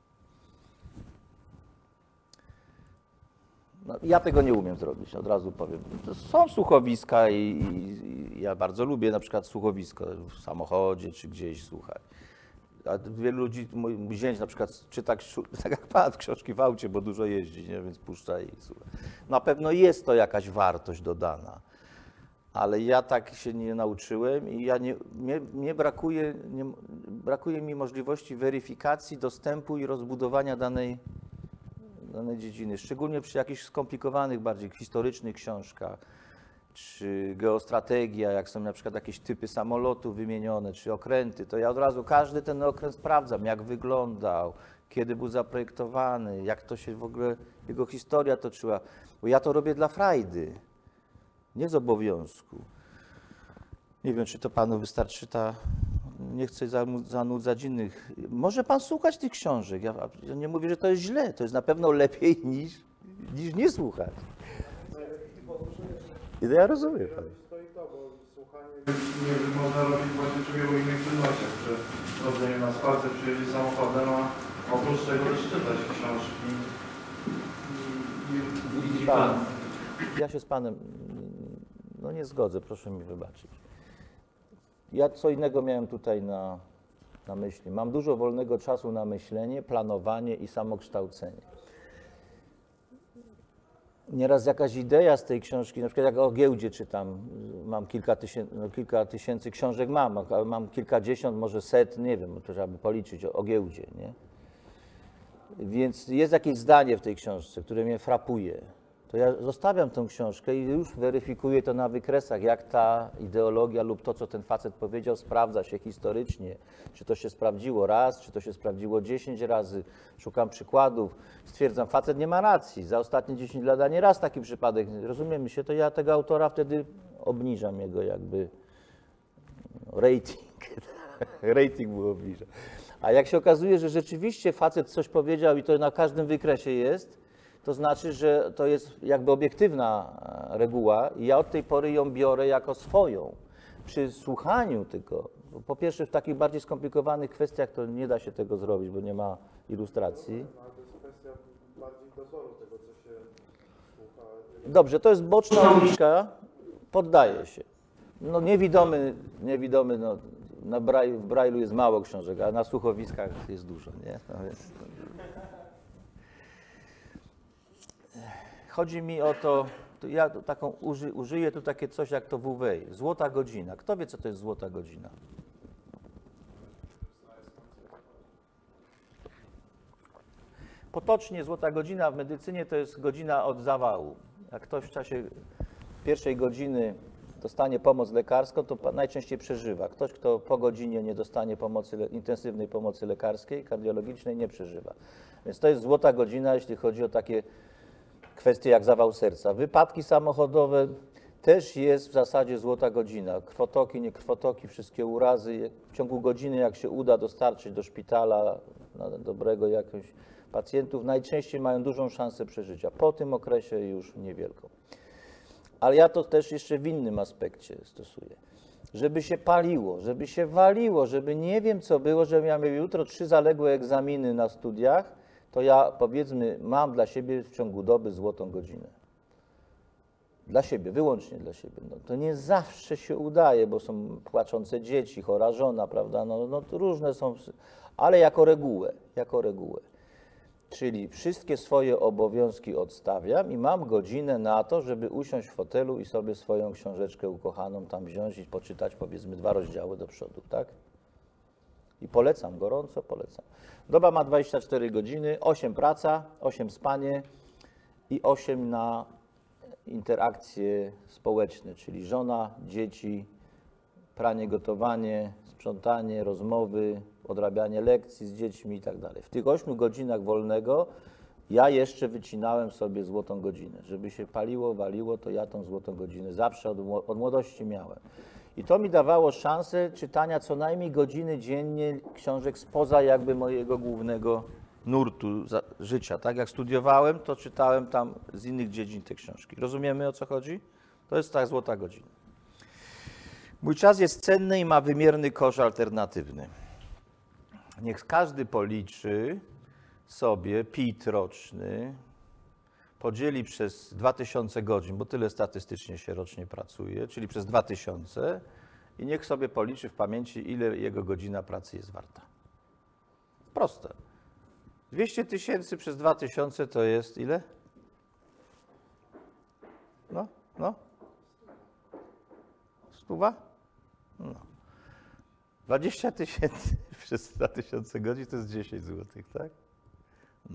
No, ja tego nie umiem zrobić, od razu powiem. To są słuchowiska i ja bardzo lubię na przykład słuchowisko w samochodzie czy gdzieś słuchać. A wielu ludzi, mój zięć na przykład czyta, tak jak pan, książki w aucie, bo dużo jeździ, nie? Więc puszcza i słucha. Na pewno jest to jakaś wartość dodana, ale ja tak się nie nauczyłem i ja brakuje mi możliwości weryfikacji, dostępu i rozbudowania danej dziedziny, szczególnie przy jakichś skomplikowanych, bardziej historycznych książkach, czy geostrategia, jak są na przykład jakieś typy samolotów wymienione, czy okręty, to ja od razu każdy ten okręt sprawdzam, jak wyglądał, kiedy był zaprojektowany, jak to się w ogóle, jego historia toczyła, bo ja to robię dla frajdy, nie z obowiązku. Nie wiem, czy to panu wystarczy nie chcę zanudzać innych. Może pan słuchać tych książek. Ja nie mówię, że to jest źle. To jest na pewno lepiej niż nie słuchać. I to ja rozumiem. To i to, bo słuchanie nie można robić właśnie w wielu innych czynnościach, że chodzenie na spacer, przyjeździć samochodem, a oprócz tego też czytać książki. Widzi pan. Ja się z panem nie zgodzę, proszę mi wybaczyć. Ja co innego miałem tutaj na myśli. Mam dużo wolnego czasu na myślenie, planowanie i samokształcenie. Nieraz jakaś idea z tej książki, na przykład jak o giełdzie czytam, mam kilka tysięcy książek mam kilkadziesiąt, może set, nie wiem, to trzeba by policzyć o giełdzie, nie? Więc jest jakieś zdanie w tej książce, które mnie frapuje. To ja zostawiam tę książkę i już weryfikuję to na wykresach, jak ta ideologia lub to, co ten facet powiedział, sprawdza się historycznie. Czy to się sprawdziło raz, czy to się sprawdziło 10 razy. Szukam przykładów, stwierdzam, facet nie ma racji. Za ostatnie 10 lat ani raz taki przypadek, rozumiemy się, to ja tego autora wtedy obniżam jego jakby rating. Rating mu obniża. A jak się okazuje, że rzeczywiście facet coś powiedział i to na każdym wykresie jest, to znaczy, że to jest jakby obiektywna reguła i ja od tej pory ją biorę jako swoją. Przy słuchaniu tylko, bo po pierwsze w takich bardziej skomplikowanych kwestiach to nie da się tego zrobić, bo nie ma ilustracji. Ale to jest kwestia bardziej dozoru tego, co się słucha. Dobrze, to jest boczna uliczka, poddaje się. No niewidomy w Braille'u jest mało książek, a na słuchowiskach jest dużo, nie? No jest... Chodzi mi o to ja użyję tu takie coś jak to WW, złota godzina. Kto wie, co to jest złota godzina? Potocznie złota godzina w medycynie to jest godzina od zawału. Jak ktoś w czasie pierwszej godziny dostanie pomoc lekarską, to najczęściej przeżywa. Ktoś, kto po godzinie nie dostanie intensywnej pomocy lekarskiej, kardiologicznej, nie przeżywa. Więc to jest złota godzina, jeśli chodzi o takie kwestie jak zawał serca. Wypadki samochodowe też jest w zasadzie złota godzina. Krwotoki, niekrwotoki, wszystkie urazy. W ciągu godziny, jak się uda dostarczyć do szpitala dobrego jakiegoś pacjentów, najczęściej mają dużą szansę przeżycia. Po tym okresie już niewielką. Ale ja to też jeszcze w innym aspekcie stosuję. Żeby się paliło, żeby się waliło, żeby nie wiem co było, żebym ja miał jutro 3 zaległe egzaminy na studiach, to ja powiedzmy mam dla siebie w ciągu doby złotą godzinę. Dla siebie, wyłącznie dla siebie. No, to nie zawsze się udaje, bo są płaczące dzieci, chora żona, prawda? No różne są, ale jako regułę. Czyli wszystkie swoje obowiązki odstawiam i mam godzinę na to, żeby usiąść w fotelu i sobie swoją książeczkę ukochaną tam wziąć i poczytać powiedzmy 2 rozdziały do przodu, tak? I polecam, gorąco polecam. Doba ma 24 godziny, 8 praca, 8 spanie i 8 na interakcje społeczne, czyli żona, dzieci, pranie, gotowanie, sprzątanie, rozmowy, odrabianie lekcji z dziećmi i tak dalej. W tych 8 godzinach wolnego ja jeszcze wycinałem sobie złotą godzinę. Żeby się paliło, waliło, to ja tą złotą godzinę zawsze od młodości miałem. I to mi dawało szansę czytania co najmniej godziny dziennie książek spoza jakby mojego głównego nurtu życia. Tak jak studiowałem, to czytałem tam z innych dziedzin te książki. Rozumiemy, o co chodzi? To jest ta złota godzina. Mój czas jest cenny i ma wymierny kosz alternatywny. Niech każdy policzy sobie PIT roczny, podzieli przez 2000 godzin, bo tyle statystycznie się rocznie pracuje, czyli przez 2000 i niech sobie policzy w pamięci, ile jego godzina pracy jest warta. Proste. 200 000 przez 2000 to jest ile? No? 100? No. 20 000 przez 2000 godzin to jest 10 zł, tak? No.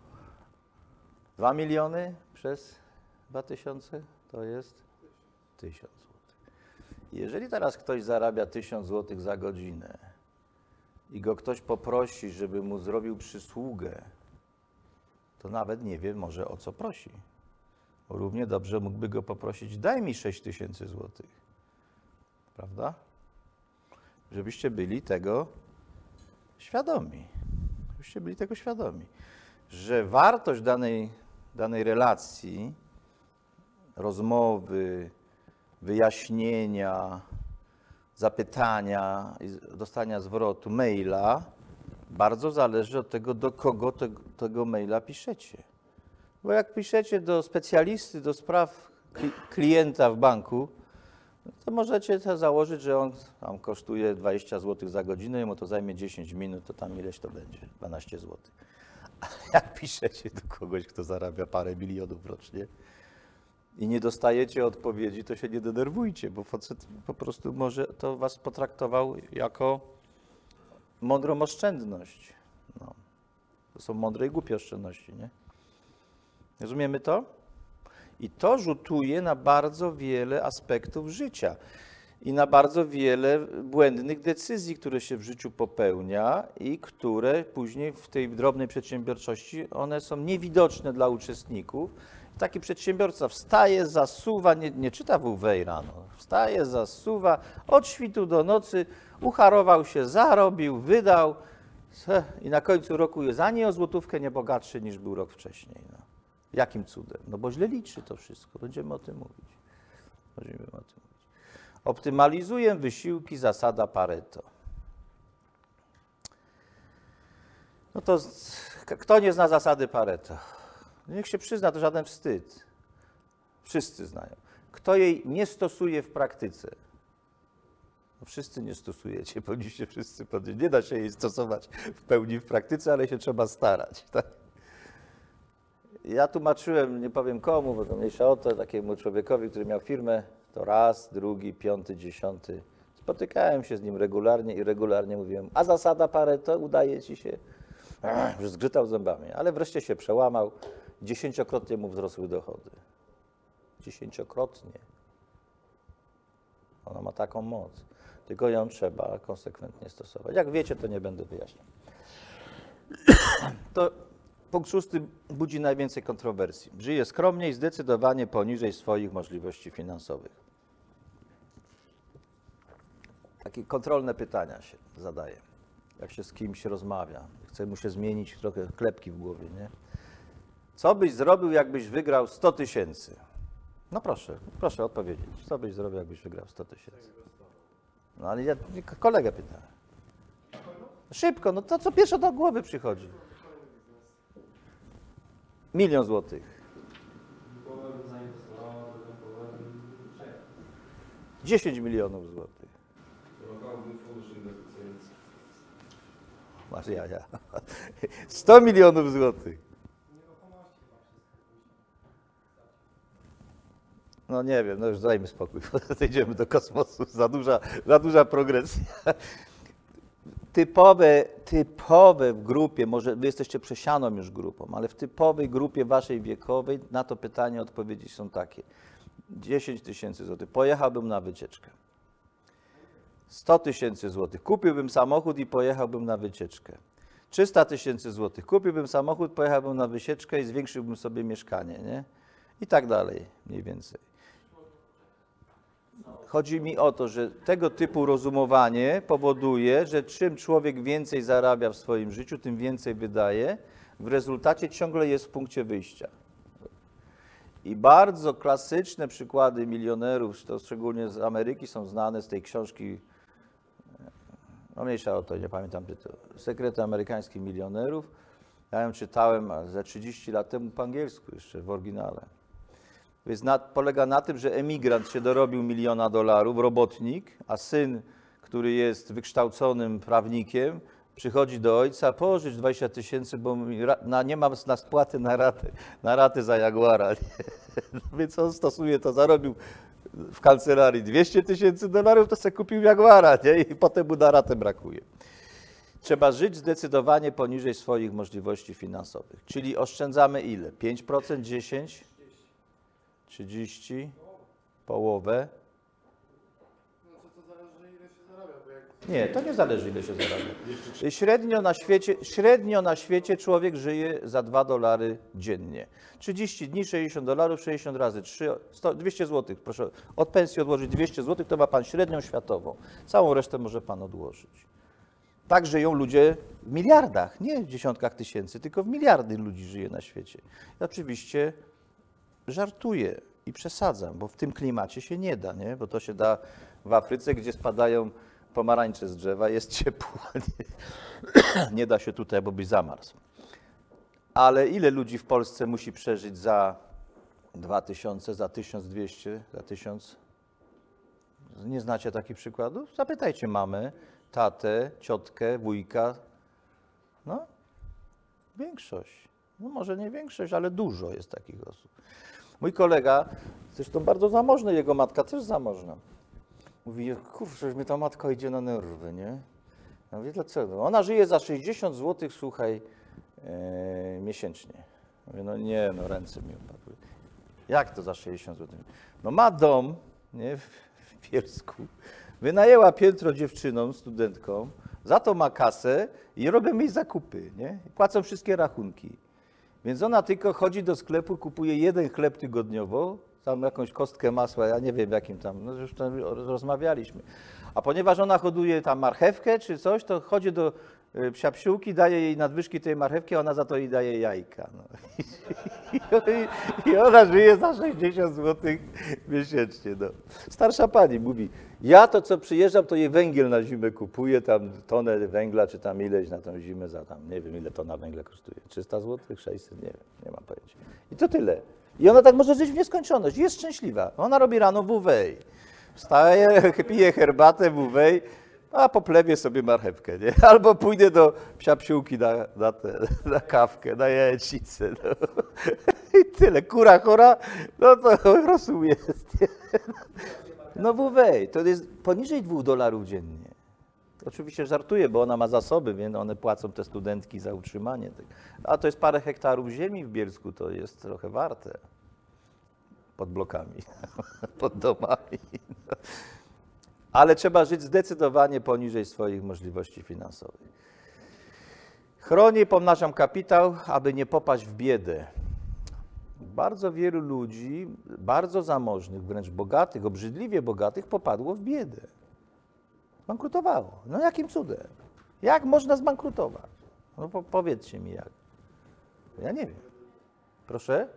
2 miliony przez 2000 to jest 1000 zł. Jeżeli teraz ktoś zarabia 1000 zł za godzinę i go ktoś poprosi, żeby mu zrobił przysługę, to nawet nie wie może o co prosi. Bo równie dobrze mógłby go poprosić, daj mi 6000 zł. Prawda? Żebyście byli tego świadomi. Żebyście byli tego świadomi. Że wartość danej relacji, rozmowy, wyjaśnienia, zapytania, dostania zwrotu, maila, bardzo zależy od tego, do kogo tego maila piszecie. Bo jak piszecie do specjalisty do spraw klienta w banku, to możecie to założyć, że on tam kosztuje 20 zł za godzinę i mu to zajmie 10 minut, to tam ileś to będzie? 12 zł. Ale jak piszecie do kogoś, kto zarabia parę milionów rocznie i nie dostajecie odpowiedzi, to się nie denerwujcie, bo facet po prostu może to was potraktował jako mądrą oszczędność. No. To są mądre i głupie oszczędności, nie? Rozumiemy to? I to rzutuje na bardzo wiele aspektów życia i na bardzo wiele błędnych decyzji, które się w życiu popełnia i które później w tej drobnej przedsiębiorczości, one są niewidoczne dla uczestników. Taki przedsiębiorca wstaje, zasuwa, nie czyta WW rano, wstaje, zasuwa, od świtu do nocy, ucharował się, zarobił, wydał i na końcu roku jest ani o złotówkę nie bogatszy niż był rok wcześniej. No. Jakim cudem? No bo źle liczy to wszystko. Będziemy o tym mówić. Optymalizuję wysiłki, zasada Pareto. No to kto nie zna zasady Pareto? Niech się przyzna, to żaden wstyd. Wszyscy znają. Kto jej nie stosuje w praktyce? No wszyscy nie stosujecie, powinniście wszyscy powiedzieć. Nie da się jej stosować w pełni w praktyce, ale się trzeba starać. Tak? Ja tłumaczyłem, nie powiem komu, bo to mniejsza o to, takiemu człowiekowi, który miał firmę, to raz, drugi, 5., 10. Spotykałem się z nim regularnie i regularnie mówiłem, a zasada Pareto, udaje ci się? Już zgrzytał zębami, ale wreszcie się przełamał, 10-krotnie mu wzrosły dochody. 10-krotnie. Ona ma taką moc, tylko ją trzeba konsekwentnie stosować. Jak wiecie, to nie będę wyjaśniał. To punkt 6 budzi najwięcej kontrowersji. Żyje skromnie i zdecydowanie poniżej swoich możliwości finansowych. Takie kontrolne pytania się zadaje, jak się z kimś rozmawia. Chce mu się zmienić trochę klepki w głowie, nie? Co byś zrobił, jakbyś wygrał 100 000? No proszę odpowiedzieć. Co byś zrobił, jakbyś wygrał 100 000? No ale ja kolegę pytałem. Szybko, no to co pierwsze do głowy przychodzi. 1 000 000 złotych. 10 milionów złotych. Masz jaja. 100 milionów złotych. No nie wiem, no już dajmy spokój, idziemy do kosmosu, za duża progresja. Typowe w grupie, może wy jesteście przesianą już grupą, ale w typowej grupie waszej wiekowej na to pytanie odpowiedzi są takie. 10 000 złotych, pojechałbym na wycieczkę. 100 000 złotych, kupiłbym samochód i pojechałbym na wycieczkę. 300 000 złotych, kupiłbym samochód, pojechałbym na wycieczkę i zwiększyłbym sobie mieszkanie, nie? I tak dalej, mniej więcej. Chodzi mi o to, że tego typu rozumowanie powoduje, że czym człowiek więcej zarabia w swoim życiu, tym więcej wydaje, w rezultacie ciągle jest w punkcie wyjścia. I bardzo klasyczne przykłady milionerów, to szczególnie z Ameryki są znane z tej książki, no mniejsza o to, nie pamiętam tytułu, Sekrety amerykańskich milionerów. Ja ją czytałem ze 30 lat temu po angielsku jeszcze, w oryginale. Więc polega na tym, że emigrant się dorobił $1 000 000, robotnik, a syn, który jest wykształconym prawnikiem, przychodzi do ojca, pożycz 20 000, bo nie mam na spłatę na raty za Jaguara. Więc on stosuje to, zarobił w kancelarii $200 000, to sobie kupił Jaguara, nie? I potem mu na ratę brakuje. Trzeba żyć zdecydowanie poniżej swoich możliwości finansowych. Czyli oszczędzamy ile? 5%, 10%, 30%, połowę. No to zależy, ile się zarabia, bo jak... Nie, to nie zależy, ile się zarabia. Średnio na świecie człowiek żyje za $2 dziennie. 30 dni, $60, 60 razy 3, 200 zł. Proszę od pensji odłożyć 200 zł, to ma pan średnią światową. Całą resztę może pan odłożyć. Tak żyją ludzie w miliardach, nie w dziesiątkach tysięcy, tylko w miliardy ludzi żyje na świecie. I oczywiście żartuję i przesadzam, bo w tym klimacie się nie da, nie? Bo to się da w Afryce, gdzie spadają pomarańcze z drzewa, jest ciepło. Nie da się tutaj, bo byś zamarzł. Ale ile ludzi w Polsce musi przeżyć za 2000, za 1200, za 1000? Nie znacie takich przykładów? Zapytajcie mamę, tatę, ciotkę, wujka. No, większość. No może nie większość, ale dużo jest takich osób. Mój kolega, zresztą bardzo zamożny, jego matka też zamożna. Mówi, kurczę, mnie ta matka idzie na nerwy, nie? Ja mówię, dlaczego? Ona żyje za 60 zł, słuchaj, miesięcznie. Mówię, no nie, no ręce mi opadły. Jak to za 60 zł? No ma dom, nie, w Bielsku, wynajęła piętro dziewczynom, studentkom, za to ma kasę i robią jej zakupy, nie? I płacą wszystkie rachunki. Więc ona tylko chodzi do sklepu, kupuje jeden chleb tygodniowo, tam jakąś kostkę masła, ja nie wiem jakim tam, no zresztą rozmawialiśmy. A ponieważ ona hoduje tam marchewkę czy coś, to chodzi do psiapsiółki, daje jej nadwyżki tej marchewki, a ona za to jej daje jajka. No. I ona żyje za 60 zł miesięcznie. No. Starsza pani mówi, ja to co przyjeżdżam, to jej węgiel na zimę kupuję, tam tonę węgla, czy tam ileś na tą zimę za tam, nie wiem ile tona węgla kosztuje, 300 zł, 600, nie wiem, nie mam pojęcia. I to tyle. I ona tak może żyć w nieskończoność, jest szczęśliwa. Ona robi rano WW-wej, wstaje, pije herbatę WW-wej, a po plebie sobie marchewkę, nie? Albo pójdę do psiapsiółki na kawkę, na jajecznicę. No. I tyle. Kura chora, no to po prostu jest. Nie? No WW, to jest poniżej $2 dziennie. Oczywiście żartuję, bo ona ma zasoby, więc one płacą te studentki za utrzymanie. A to jest parę hektarów ziemi w Bielsku, to jest trochę warte. Pod blokami, pod domami. Ale trzeba żyć zdecydowanie poniżej swoich możliwości finansowych. Chronię, pomnażam kapitał, aby nie popaść w biedę. Bardzo wielu ludzi, bardzo zamożnych, wręcz bogatych, obrzydliwie bogatych, popadło w biedę. Bankrutowało. No jakim cudem? Jak można zbankrutować? No powiedzcie mi jak. Ja nie wiem. Proszę?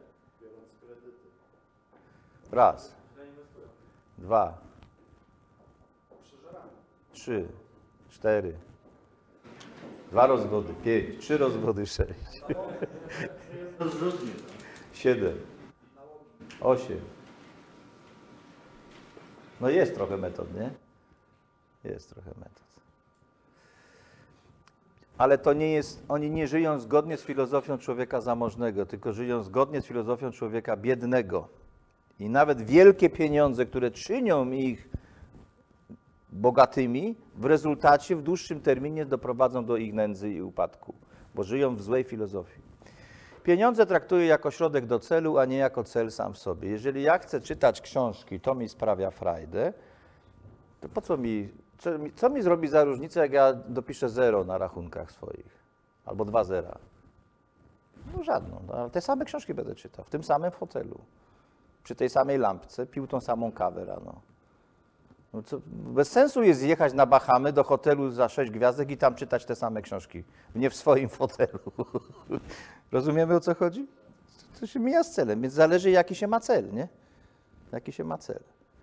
Raz. 2. 3. 4. 2 rozwody. 5. 3 rozwody. 6. 7. 8. No jest trochę metod, nie? Jest trochę metod. Ale to nie jest, oni nie żyją zgodnie z filozofią człowieka zamożnego, tylko żyją zgodnie z filozofią człowieka biednego. I nawet wielkie pieniądze, które czynią ich bogatymi, w rezultacie w dłuższym terminie doprowadzą do ich nędzy i upadku, bo żyją w złej filozofii. Pieniądze traktuję jako środek do celu, a nie jako cel sam w sobie. Jeżeli ja chcę czytać książki, to mi sprawia frajdę, to po co mi zrobi za różnicę, jak ja dopiszę 0 na rachunkach swoich? Albo 2 zera? No żadną, no, ale te same książki będę czytał, w tym samym hotelu, przy tej samej lampce, pił tą samą kawę rano. No co, bez sensu jest jechać na Bahamy do hotelu za 6 gwiazdek i tam czytać te same książki. Nie w swoim fotelu. Rozumiemy, o co chodzi? To się mija z celem, więc zależy, jaki się ma cel, nie? Jaki się ma cel.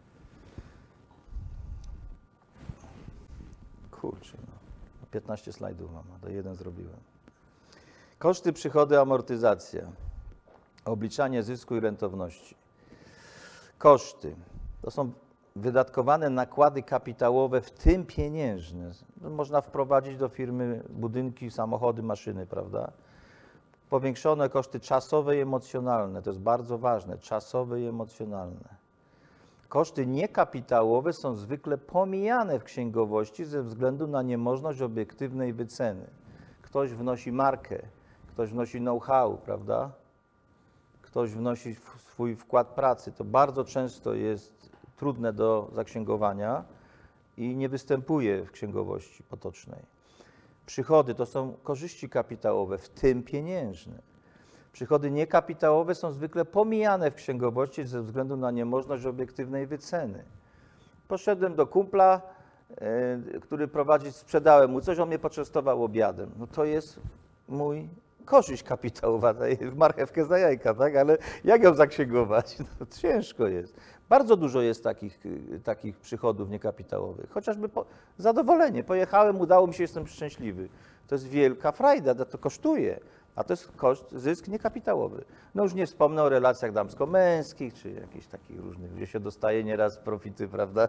Kurczę, no. 15 slajdów mam, to jeden zrobiłem. Koszty, przychody, amortyzacja. Obliczanie zysku i rentowności. Koszty to są wydatkowane nakłady kapitałowe, w tym pieniężne. Można wprowadzić do firmy budynki, samochody, maszyny, prawda? Powiększone koszty czasowe i emocjonalne, to jest bardzo ważne, czasowe i emocjonalne. Koszty niekapitałowe są zwykle pomijane w księgowości ze względu na niemożność obiektywnej wyceny. Ktoś wnosi markę, ktoś wnosi know-how, prawda? Ktoś wnosi swój wkład pracy. To bardzo często jest trudne do zaksięgowania i nie występuje w księgowości potocznej. Przychody to są korzyści kapitałowe, w tym pieniężne. Przychody niekapitałowe są zwykle pomijane w księgowości ze względu na niemożność obiektywnej wyceny. Poszedłem do kumpla, który prowadzi, sprzedałem mu coś, on mnie poczęstował obiadem. No to jest mój korzyść kapitałowa, marchewkę za jajka, tak? Ale jak ją zaksięgować? No, ciężko jest. Bardzo dużo jest takich przychodów niekapitałowych. Chociażby zadowolenie. Pojechałem, udało mi się, jestem szczęśliwy. To jest wielka frajda, to kosztuje. A to jest zysk niekapitałowy. No już nie wspomnę o relacjach damsko-męskich, czy jakichś takich różnych, gdzie się dostaje nieraz profity, prawda?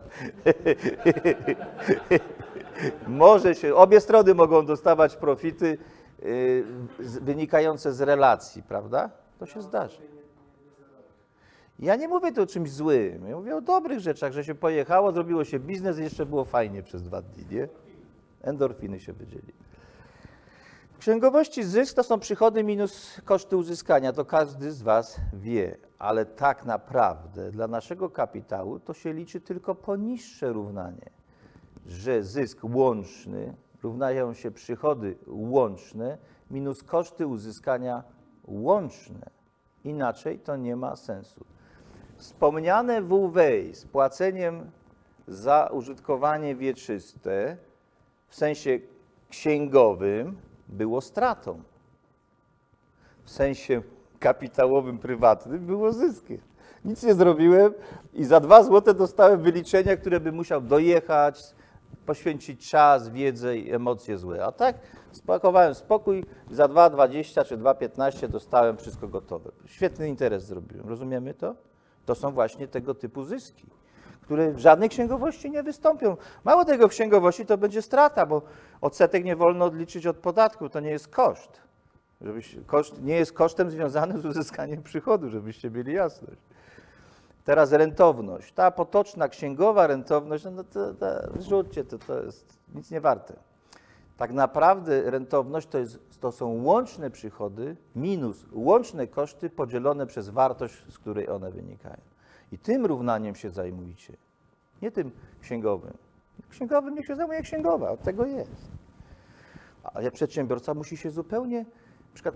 Obie strony mogą dostawać profity wynikające z relacji, prawda? To się zdarzy. Ja nie mówię tu o czymś złym, ja mówię o dobrych rzeczach, że się pojechało, zrobiło się biznes i jeszcze było fajnie przez 2 dni, nie? Endorfiny się wydzieli. W księgowości zysk to są przychody minus koszty uzyskania, to każdy z Was wie, ale tak naprawdę dla naszego kapitału to się liczy tylko poniższe równanie, że zysk łączny równają się przychody łączne minus koszty uzyskania łączne. Inaczej to nie ma sensu. Wspomniane WWEI z płaceniem za użytkowanie wieczyste w sensie księgowym było stratą. W sensie kapitałowym, prywatnym było zyskiem. Nic nie zrobiłem i za 2 zł dostałem wyliczenia, które bym musiał dojechać, poświęcić czas, wiedzę i emocje złe. A tak spakowałem spokój, za 2,20 czy 2,15 dostałem wszystko gotowe. Świetny interes zrobiłem. Rozumiemy to? To są właśnie tego typu zyski, które w żadnej księgowości nie wystąpią. Mało tego, w księgowości to będzie strata, bo odsetek nie wolno odliczyć od podatku, to nie jest koszt. Koszt nie jest kosztem związanym z uzyskaniem przychodu, żebyście mieli jasność. Teraz rentowność. Ta potoczna księgowa rentowność, no wrzućcie, to jest nic nie warte. Tak naprawdę rentowność to są łączne przychody minus łączne koszty podzielone przez wartość, z której one wynikają. I tym równaniem się zajmujcie, nie tym księgowym. Księgowym niech się zajmuje księgowa, od tego jest. Ale przedsiębiorca musi się zupełnie, na przykład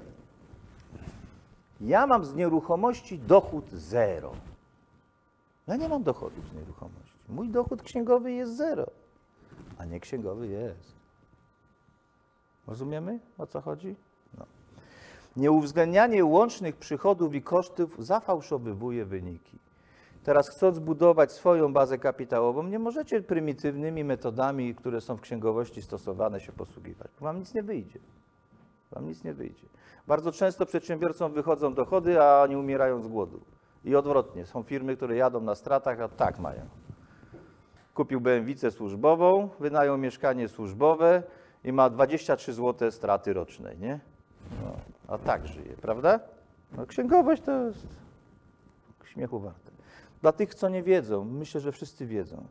ja mam z nieruchomości dochód 0. Ja nie mam dochodów z nieruchomości. Mój dochód księgowy jest 0, a nie księgowy jest. Rozumiemy, o co chodzi? No. Nieuwzględnianie łącznych przychodów i kosztów zafałszowywuje wyniki. Teraz chcąc budować swoją bazę kapitałową, nie możecie prymitywnymi metodami, które są w księgowości stosowane, się posługiwać. Wam nic nie wyjdzie. Wam nic nie wyjdzie. Bardzo często przedsiębiorcom wychodzą dochody, a oni umierają z głodu. I odwrotnie. Są firmy, które jadą na stratach, a tak mają. Kupił BMW służbową, wynajął mieszkanie służbowe i ma 23 zł straty rocznej, nie? No, a tak żyje, prawda? No, księgowość to jest śmiechu warte. Dla tych, co nie wiedzą, myślę, że wszyscy wiedzą.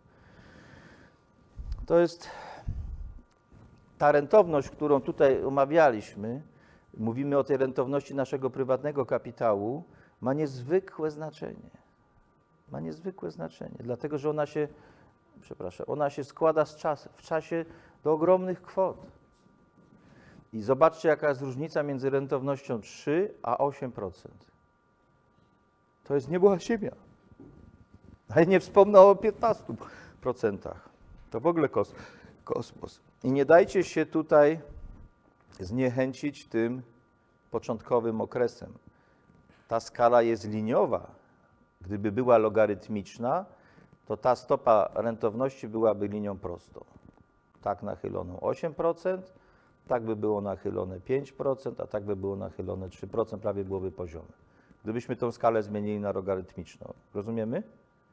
To jest ta rentowność, którą tutaj omawialiśmy, mówimy o tej rentowności naszego prywatnego kapitału, ma niezwykłe znaczenie. Ma niezwykłe znaczenie, dlatego że ona się składa w czasie do ogromnych kwot. I zobaczcie, jaka jest różnica między rentownością 3 a 8%. To jest niebła ziemia. Ale nie wspomnę o 15%. To w ogóle kosmos. I nie dajcie się tutaj zniechęcić tym początkowym okresem. Ta skala jest liniowa. Gdyby była logarytmiczna, to ta stopa rentowności byłaby linią prostą. Tak nachyloną 8%, tak by było nachylone 5%, a tak by było nachylone 3%, prawie byłoby poziome. Gdybyśmy tą skalę zmienili na logarytmiczną. Rozumiemy?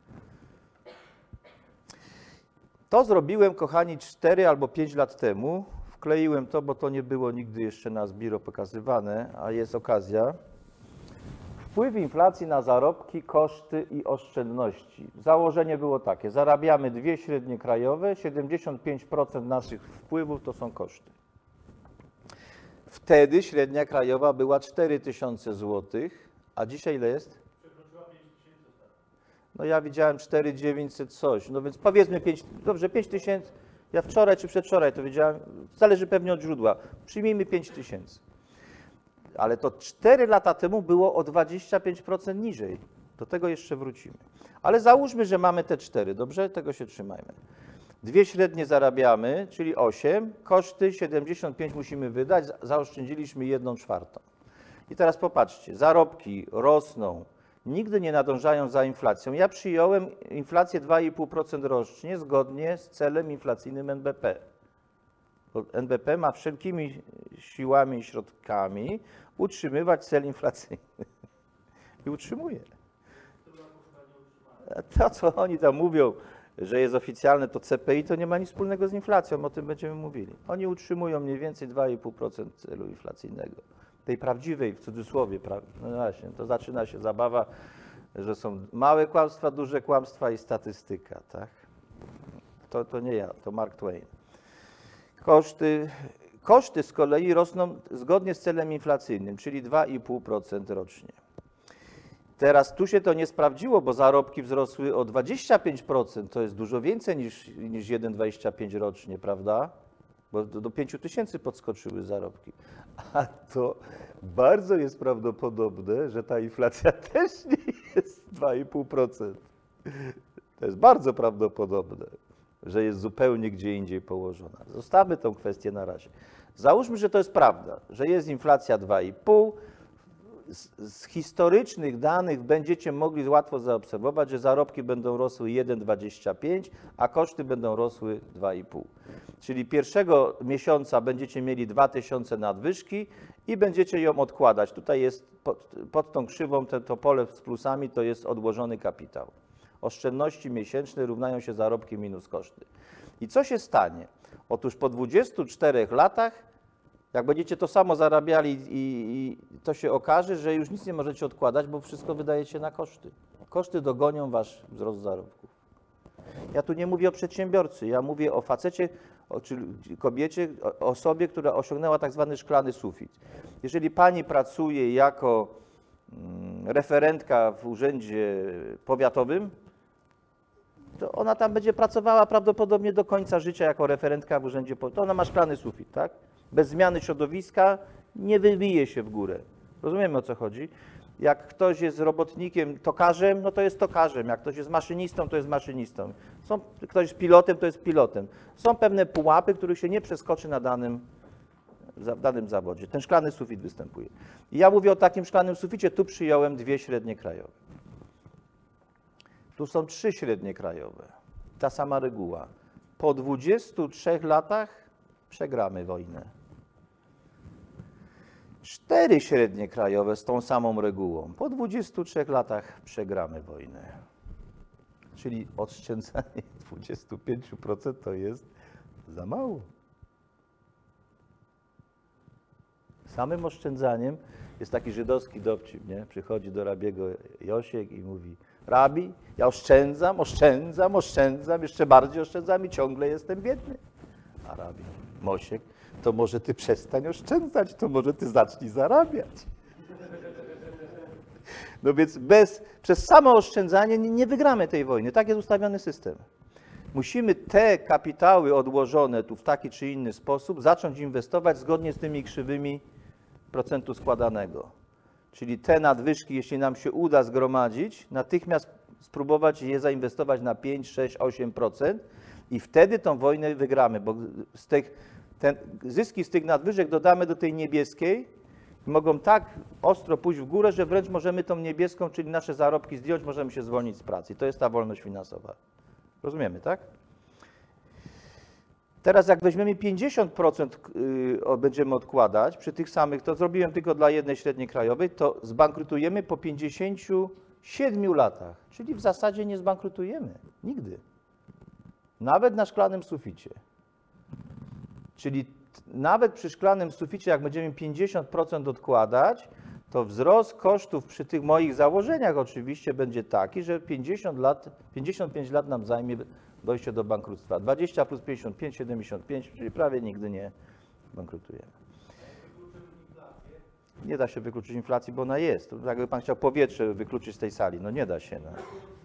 To zrobiłem, kochani, 4 albo 5 lat temu. Wkleiłem to, bo to nie było nigdy jeszcze na Sbiro pokazywane, a jest okazja. Wpływ inflacji na zarobki, koszty i oszczędności. Założenie było takie, zarabiamy 2 średnie krajowe, 75% naszych wpływów to są koszty. Wtedy średnia krajowa była 4000 zł, a dzisiaj ile jest? Przekroczyła 5 tysięcy. No ja widziałem 4900 coś, no więc powiedzmy 5000, ja wczoraj czy przedwczoraj to wiedziałem, zależy pewnie od źródła, przyjmijmy 5000. Ale to 4 lata temu było o 25% niżej. Do tego jeszcze wrócimy. Ale załóżmy, że mamy te 4, dobrze? Tego się trzymajmy. 2 średnie zarabiamy, czyli 8, koszty 75 musimy wydać, zaoszczędziliśmy 1/4. I teraz popatrzcie, zarobki rosną, nigdy nie nadążają za inflacją. Ja przyjąłem inflację 2,5% rocznie zgodnie z celem inflacyjnym NBP. Bo NBP ma wszelkimi siłami i środkami utrzymywać cel inflacyjny. I utrzymuje. To, co oni tam mówią, że jest oficjalne, to CPI, to nie ma nic wspólnego z inflacją, o tym będziemy mówili. Oni utrzymują mniej więcej 2,5% celu inflacyjnego. Tej prawdziwej, w cudzysłowie, no właśnie, to zaczyna się zabawa, że są małe kłamstwa, duże kłamstwa i statystyka, tak? To nie ja, to Mark Twain. Koszty z kolei rosną zgodnie z celem inflacyjnym, czyli 2,5% rocznie. Teraz tu się to nie sprawdziło, bo zarobki wzrosły o 25%, to jest dużo więcej niż 1,25 rocznie, prawda? Bo do 5000 podskoczyły zarobki. A to bardzo jest prawdopodobne, że ta inflacja też nie jest 2,5%. To jest bardzo prawdopodobne, że jest zupełnie gdzie indziej położona. Zostawmy tą kwestię na razie. Załóżmy, że to jest prawda, że jest inflacja 2,5%. Z historycznych danych będziecie mogli łatwo zaobserwować, że zarobki będą rosły 1,25, a koszty będą rosły 2,5. Czyli pierwszego miesiąca będziecie mieli 2000 nadwyżki i będziecie ją odkładać. Tutaj jest pod tą krzywą to pole z plusami, to jest odłożony kapitał. Oszczędności miesięczne równają się zarobki minus koszty. I co się stanie? Otóż po 24 latach, jak będziecie to samo zarabiali i to się okaże, że już nic nie możecie odkładać, bo wszystko wydajecie na koszty. Koszty dogonią wasz wzrost zarobków. Ja tu nie mówię o przedsiębiorcy, ja mówię o facecie, czy kobiecie, osobie, która osiągnęła tak zwany szklany sufit. Jeżeli pani pracuje jako referentka w urzędzie powiatowym, to ona tam będzie pracowała prawdopodobnie do końca życia jako referentka w urzędzie powiatowym. To ona ma szklany sufit, tak? Bez zmiany środowiska nie wybije się w górę. Rozumiemy, o co chodzi? Jak ktoś jest robotnikiem, tokarzem, no to jest tokarzem. Jak ktoś jest maszynistą, to jest maszynistą. Ktoś jest pilotem, to jest pilotem. Są pewne pułapy, których się nie przeskoczy na danym zawodzie. Ten szklany sufit występuje. I ja mówię o takim szklanym suficie, tu przyjąłem 2 średnie krajowe. Tu są 3 średnie krajowe. Ta sama reguła. Po 23 latach przegramy wojnę. 4 średnie krajowe z tą samą regułą. Po 23 latach przegramy wojnę. Czyli oszczędzanie 25% to jest za mało. Samym oszczędzaniem jest taki żydowski dowcip, nie? Przychodzi do rabiego Josiek i mówi: Rabi, ja oszczędzam, jeszcze bardziej oszczędzam i ciągle jestem biedny. A rabi: Mosiek, to może ty przestań oszczędzać, to może ty zacznij zarabiać. No więc przez samo oszczędzanie nie wygramy tej wojny. Tak jest ustawiony system. Musimy te kapitały odłożone tu w taki czy inny sposób zacząć inwestować zgodnie z tymi krzywymi procentu składanego. Czyli te nadwyżki, jeśli nam się uda zgromadzić, natychmiast spróbować je zainwestować na 5, 6, 8% i wtedy tą wojnę wygramy, bo zyski z tych nadwyżek dodamy do tej niebieskiej i mogą tak ostro pójść w górę, że wręcz możemy tą niebieską, czyli nasze zarobki zdjąć, możemy się zwolnić z pracy. I to jest ta wolność finansowa. Rozumiemy, tak? Teraz jak weźmiemy 50% będziemy odkładać przy tych samych, to zrobiłem tylko dla jednej średniej krajowej, to zbankrutujemy po 57 latach. Czyli w zasadzie nie zbankrutujemy. Nigdy. Nawet na szklanym suficie. Czyli nawet przy szklanym suficie, jak będziemy 50% odkładać, to wzrost kosztów przy tych moich założeniach oczywiście będzie taki, że 55 lat nam zajmie dojście do bankructwa. 20 plus 55, 75, czyli prawie nigdy nie bankrutujemy. Nie da się wykluczyć inflacji, bo ona jest. To jakby pan chciał powietrze wykluczyć z tej sali, no nie da się. No.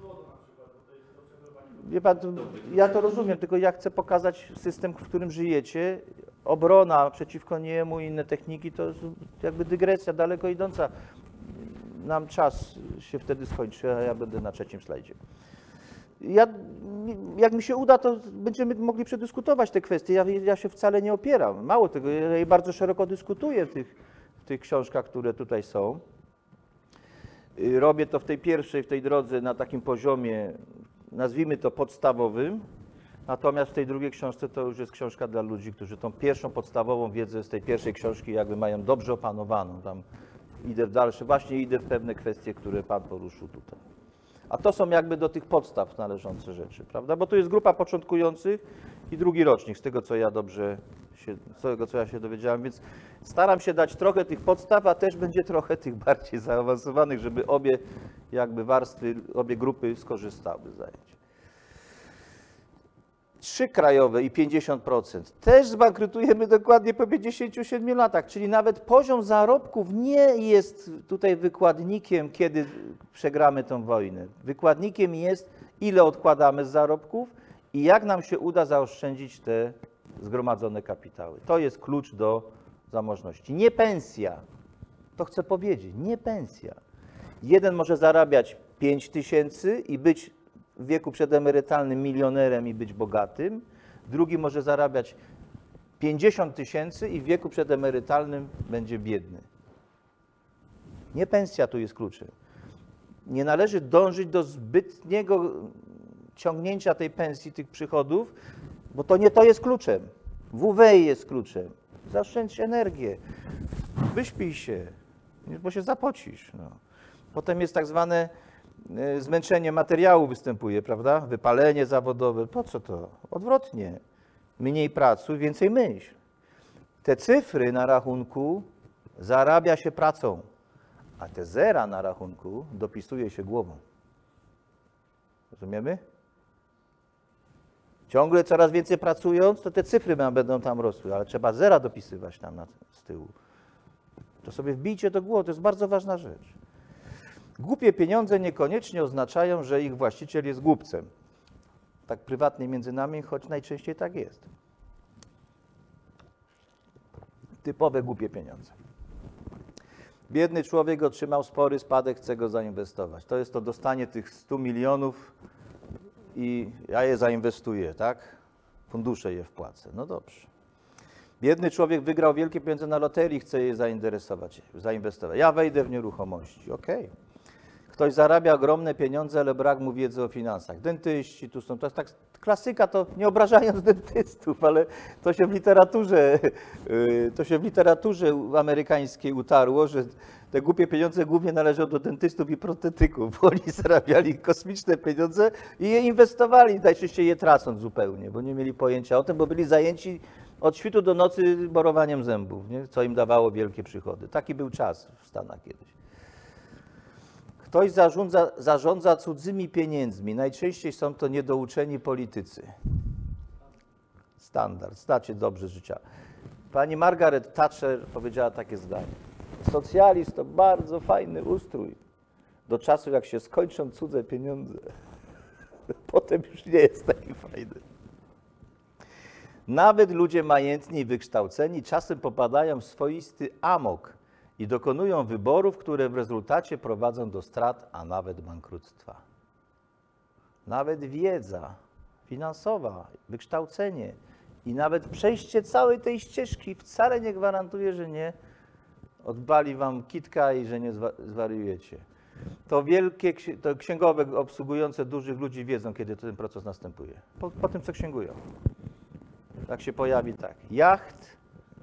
Wie pan, ja to rozumiem, tylko ja chcę pokazać system, w którym żyjecie. Obrona przeciwko niemu i inne techniki to jest jakby dygresja daleko idąca. Nam czas się wtedy skończy, a ja będę na trzecim slajdzie. Jak mi się uda, to będziemy mogli przedyskutować te kwestie. Ja się wcale nie opieram. Mało tego, ja je bardzo szeroko dyskutuję w tych książkach, które tutaj są. Robię to w tej pierwszej, w tej drodze na takim poziomie, nazwijmy to podstawowym, natomiast w tej drugiej książce to już jest książka dla ludzi, którzy tą pierwszą podstawową wiedzę z tej pierwszej książki jakby mają dobrze opanowaną. Tam idę w dalsze, właśnie idę w pewne kwestie, które pan poruszył tutaj. A to są jakby do tych podstaw należące rzeczy, prawda? Bo to jest grupa początkujących i drugi rocznik, z tego co ja się dowiedziałem, więc staram się dać trochę tych podstaw, a też będzie trochę tych bardziej zaawansowanych, żeby obie jakby warstwy, obie grupy skorzystały z zajęć. 3 krajowe i 50%. Też zbankrutujemy dokładnie po 57 latach, czyli nawet poziom zarobków nie jest tutaj wykładnikiem, kiedy przegramy tą wojnę. Wykładnikiem jest, ile odkładamy z zarobków i jak nam się uda zaoszczędzić te zgromadzone kapitały. To jest klucz do zamożności. Nie pensja. To chcę powiedzieć, nie pensja. Jeden może zarabiać 5 000 i być w wieku przedemerytalnym milionerem i być bogatym. Drugi może zarabiać 50 000 i w wieku przedemerytalnym będzie biedny. Nie pensja tu jest kluczem. Nie należy dążyć do zbytniego ciągnięcia tej pensji, tych przychodów, bo to nie to jest kluczem. WWEI jest kluczem. Zaoszczędź energię. Wyśpij się, bo się zapocisz. No. Potem jest tak zwane zmęczenie materiału występuje, prawda? Wypalenie zawodowe. Po co to? Odwrotnie. Mniej pracuj, więcej myśl. Te cyfry na rachunku zarabia się pracą, a te zera na rachunku dopisuje się głową. Rozumiemy? Ciągle coraz więcej pracując, to te cyfry będą tam rosły, ale trzeba zera dopisywać tam z tyłu. To sobie wbijcie do głowy, to jest bardzo ważna rzecz. Głupie pieniądze niekoniecznie oznaczają, że ich właściciel jest głupcem. Tak prywatnie między nami, choć najczęściej tak jest. Typowe głupie pieniądze. Biedny człowiek otrzymał spory spadek, chce go zainwestować. To jest to dostanie tych 100 milionów i ja je zainwestuję, tak? Fundusze je wpłacę. No dobrze. Biedny człowiek wygrał wielkie pieniądze na loterii, chce je zainwestować. Ja wejdę w nieruchomości, okej. Ktoś zarabia ogromne pieniądze, ale brak mu wiedzy o finansach. Dentyści tu są, to jest tak klasyka, to nie obrażając dentystów, ale to się w literaturze amerykańskiej utarło, że te głupie pieniądze głównie należą do dentystów i protetyków, bo oni zarabiali kosmiczne pieniądze i je inwestowali, najczęściej je tracąc zupełnie, bo nie mieli pojęcia o tym, bo byli zajęci od świtu do nocy borowaniem zębów, nie? Co im dawało wielkie przychody. Taki był czas w Stanach kiedyś. Ktoś zarządza cudzymi pieniędzmi. Najczęściej są to niedouczeni politycy. Standard, znacie dobrze życia. Pani Margaret Thatcher powiedziała takie zdanie. Socjalizm to bardzo fajny ustrój. Do czasu, jak się skończą cudze pieniądze. Potem już nie jest taki fajny. Nawet ludzie majętni i wykształceni czasem popadają w swoisty amok i dokonują wyborów, które w rezultacie prowadzą do strat, a nawet bankructwa. nawet wiedza finansowa, wykształcenie i nawet przejście całej tej ścieżki wcale nie gwarantuje, że nie odbali wam kitka i że nie zwariujecie. To księgowe obsługujące dużych ludzi wiedzą, kiedy ten proces następuje. Po tym, co księgują. Tak się pojawi tak. Jacht,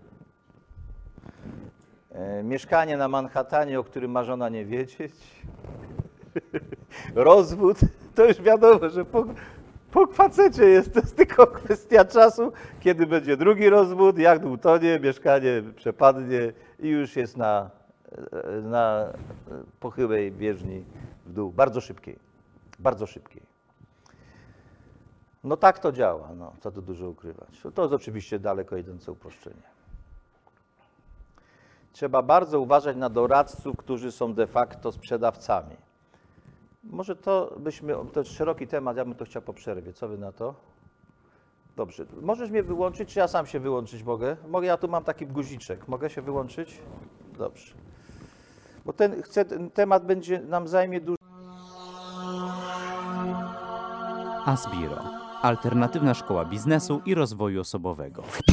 mieszkanie na Manhattanie, o którym ma żona nie wiedzieć, rozwód, to już wiadomo, że po facecie jest, to jest tylko kwestia czasu, kiedy będzie drugi rozwód, jacht utonie, mieszkanie przepadnie i już jest na pochyłej bieżni w dół, bardzo szybkiej, bardzo szybkiej. No tak to działa, no, co tu dużo ukrywać. To jest oczywiście daleko idące uproszczenie. Trzeba bardzo uważać na doradców, którzy są de facto sprzedawcami. Może to jest szeroki temat, ja bym to chciał po przerwie. Co wy na to? Dobrze. Możesz mnie wyłączyć, czy ja sam się wyłączyć mogę? Mogę, ja tu mam taki guziczek. Mogę się wyłączyć? Dobrze. Bo ten temat nam zajmie dużo. Asbiro. Alternatywna szkoła biznesu i rozwoju osobowego.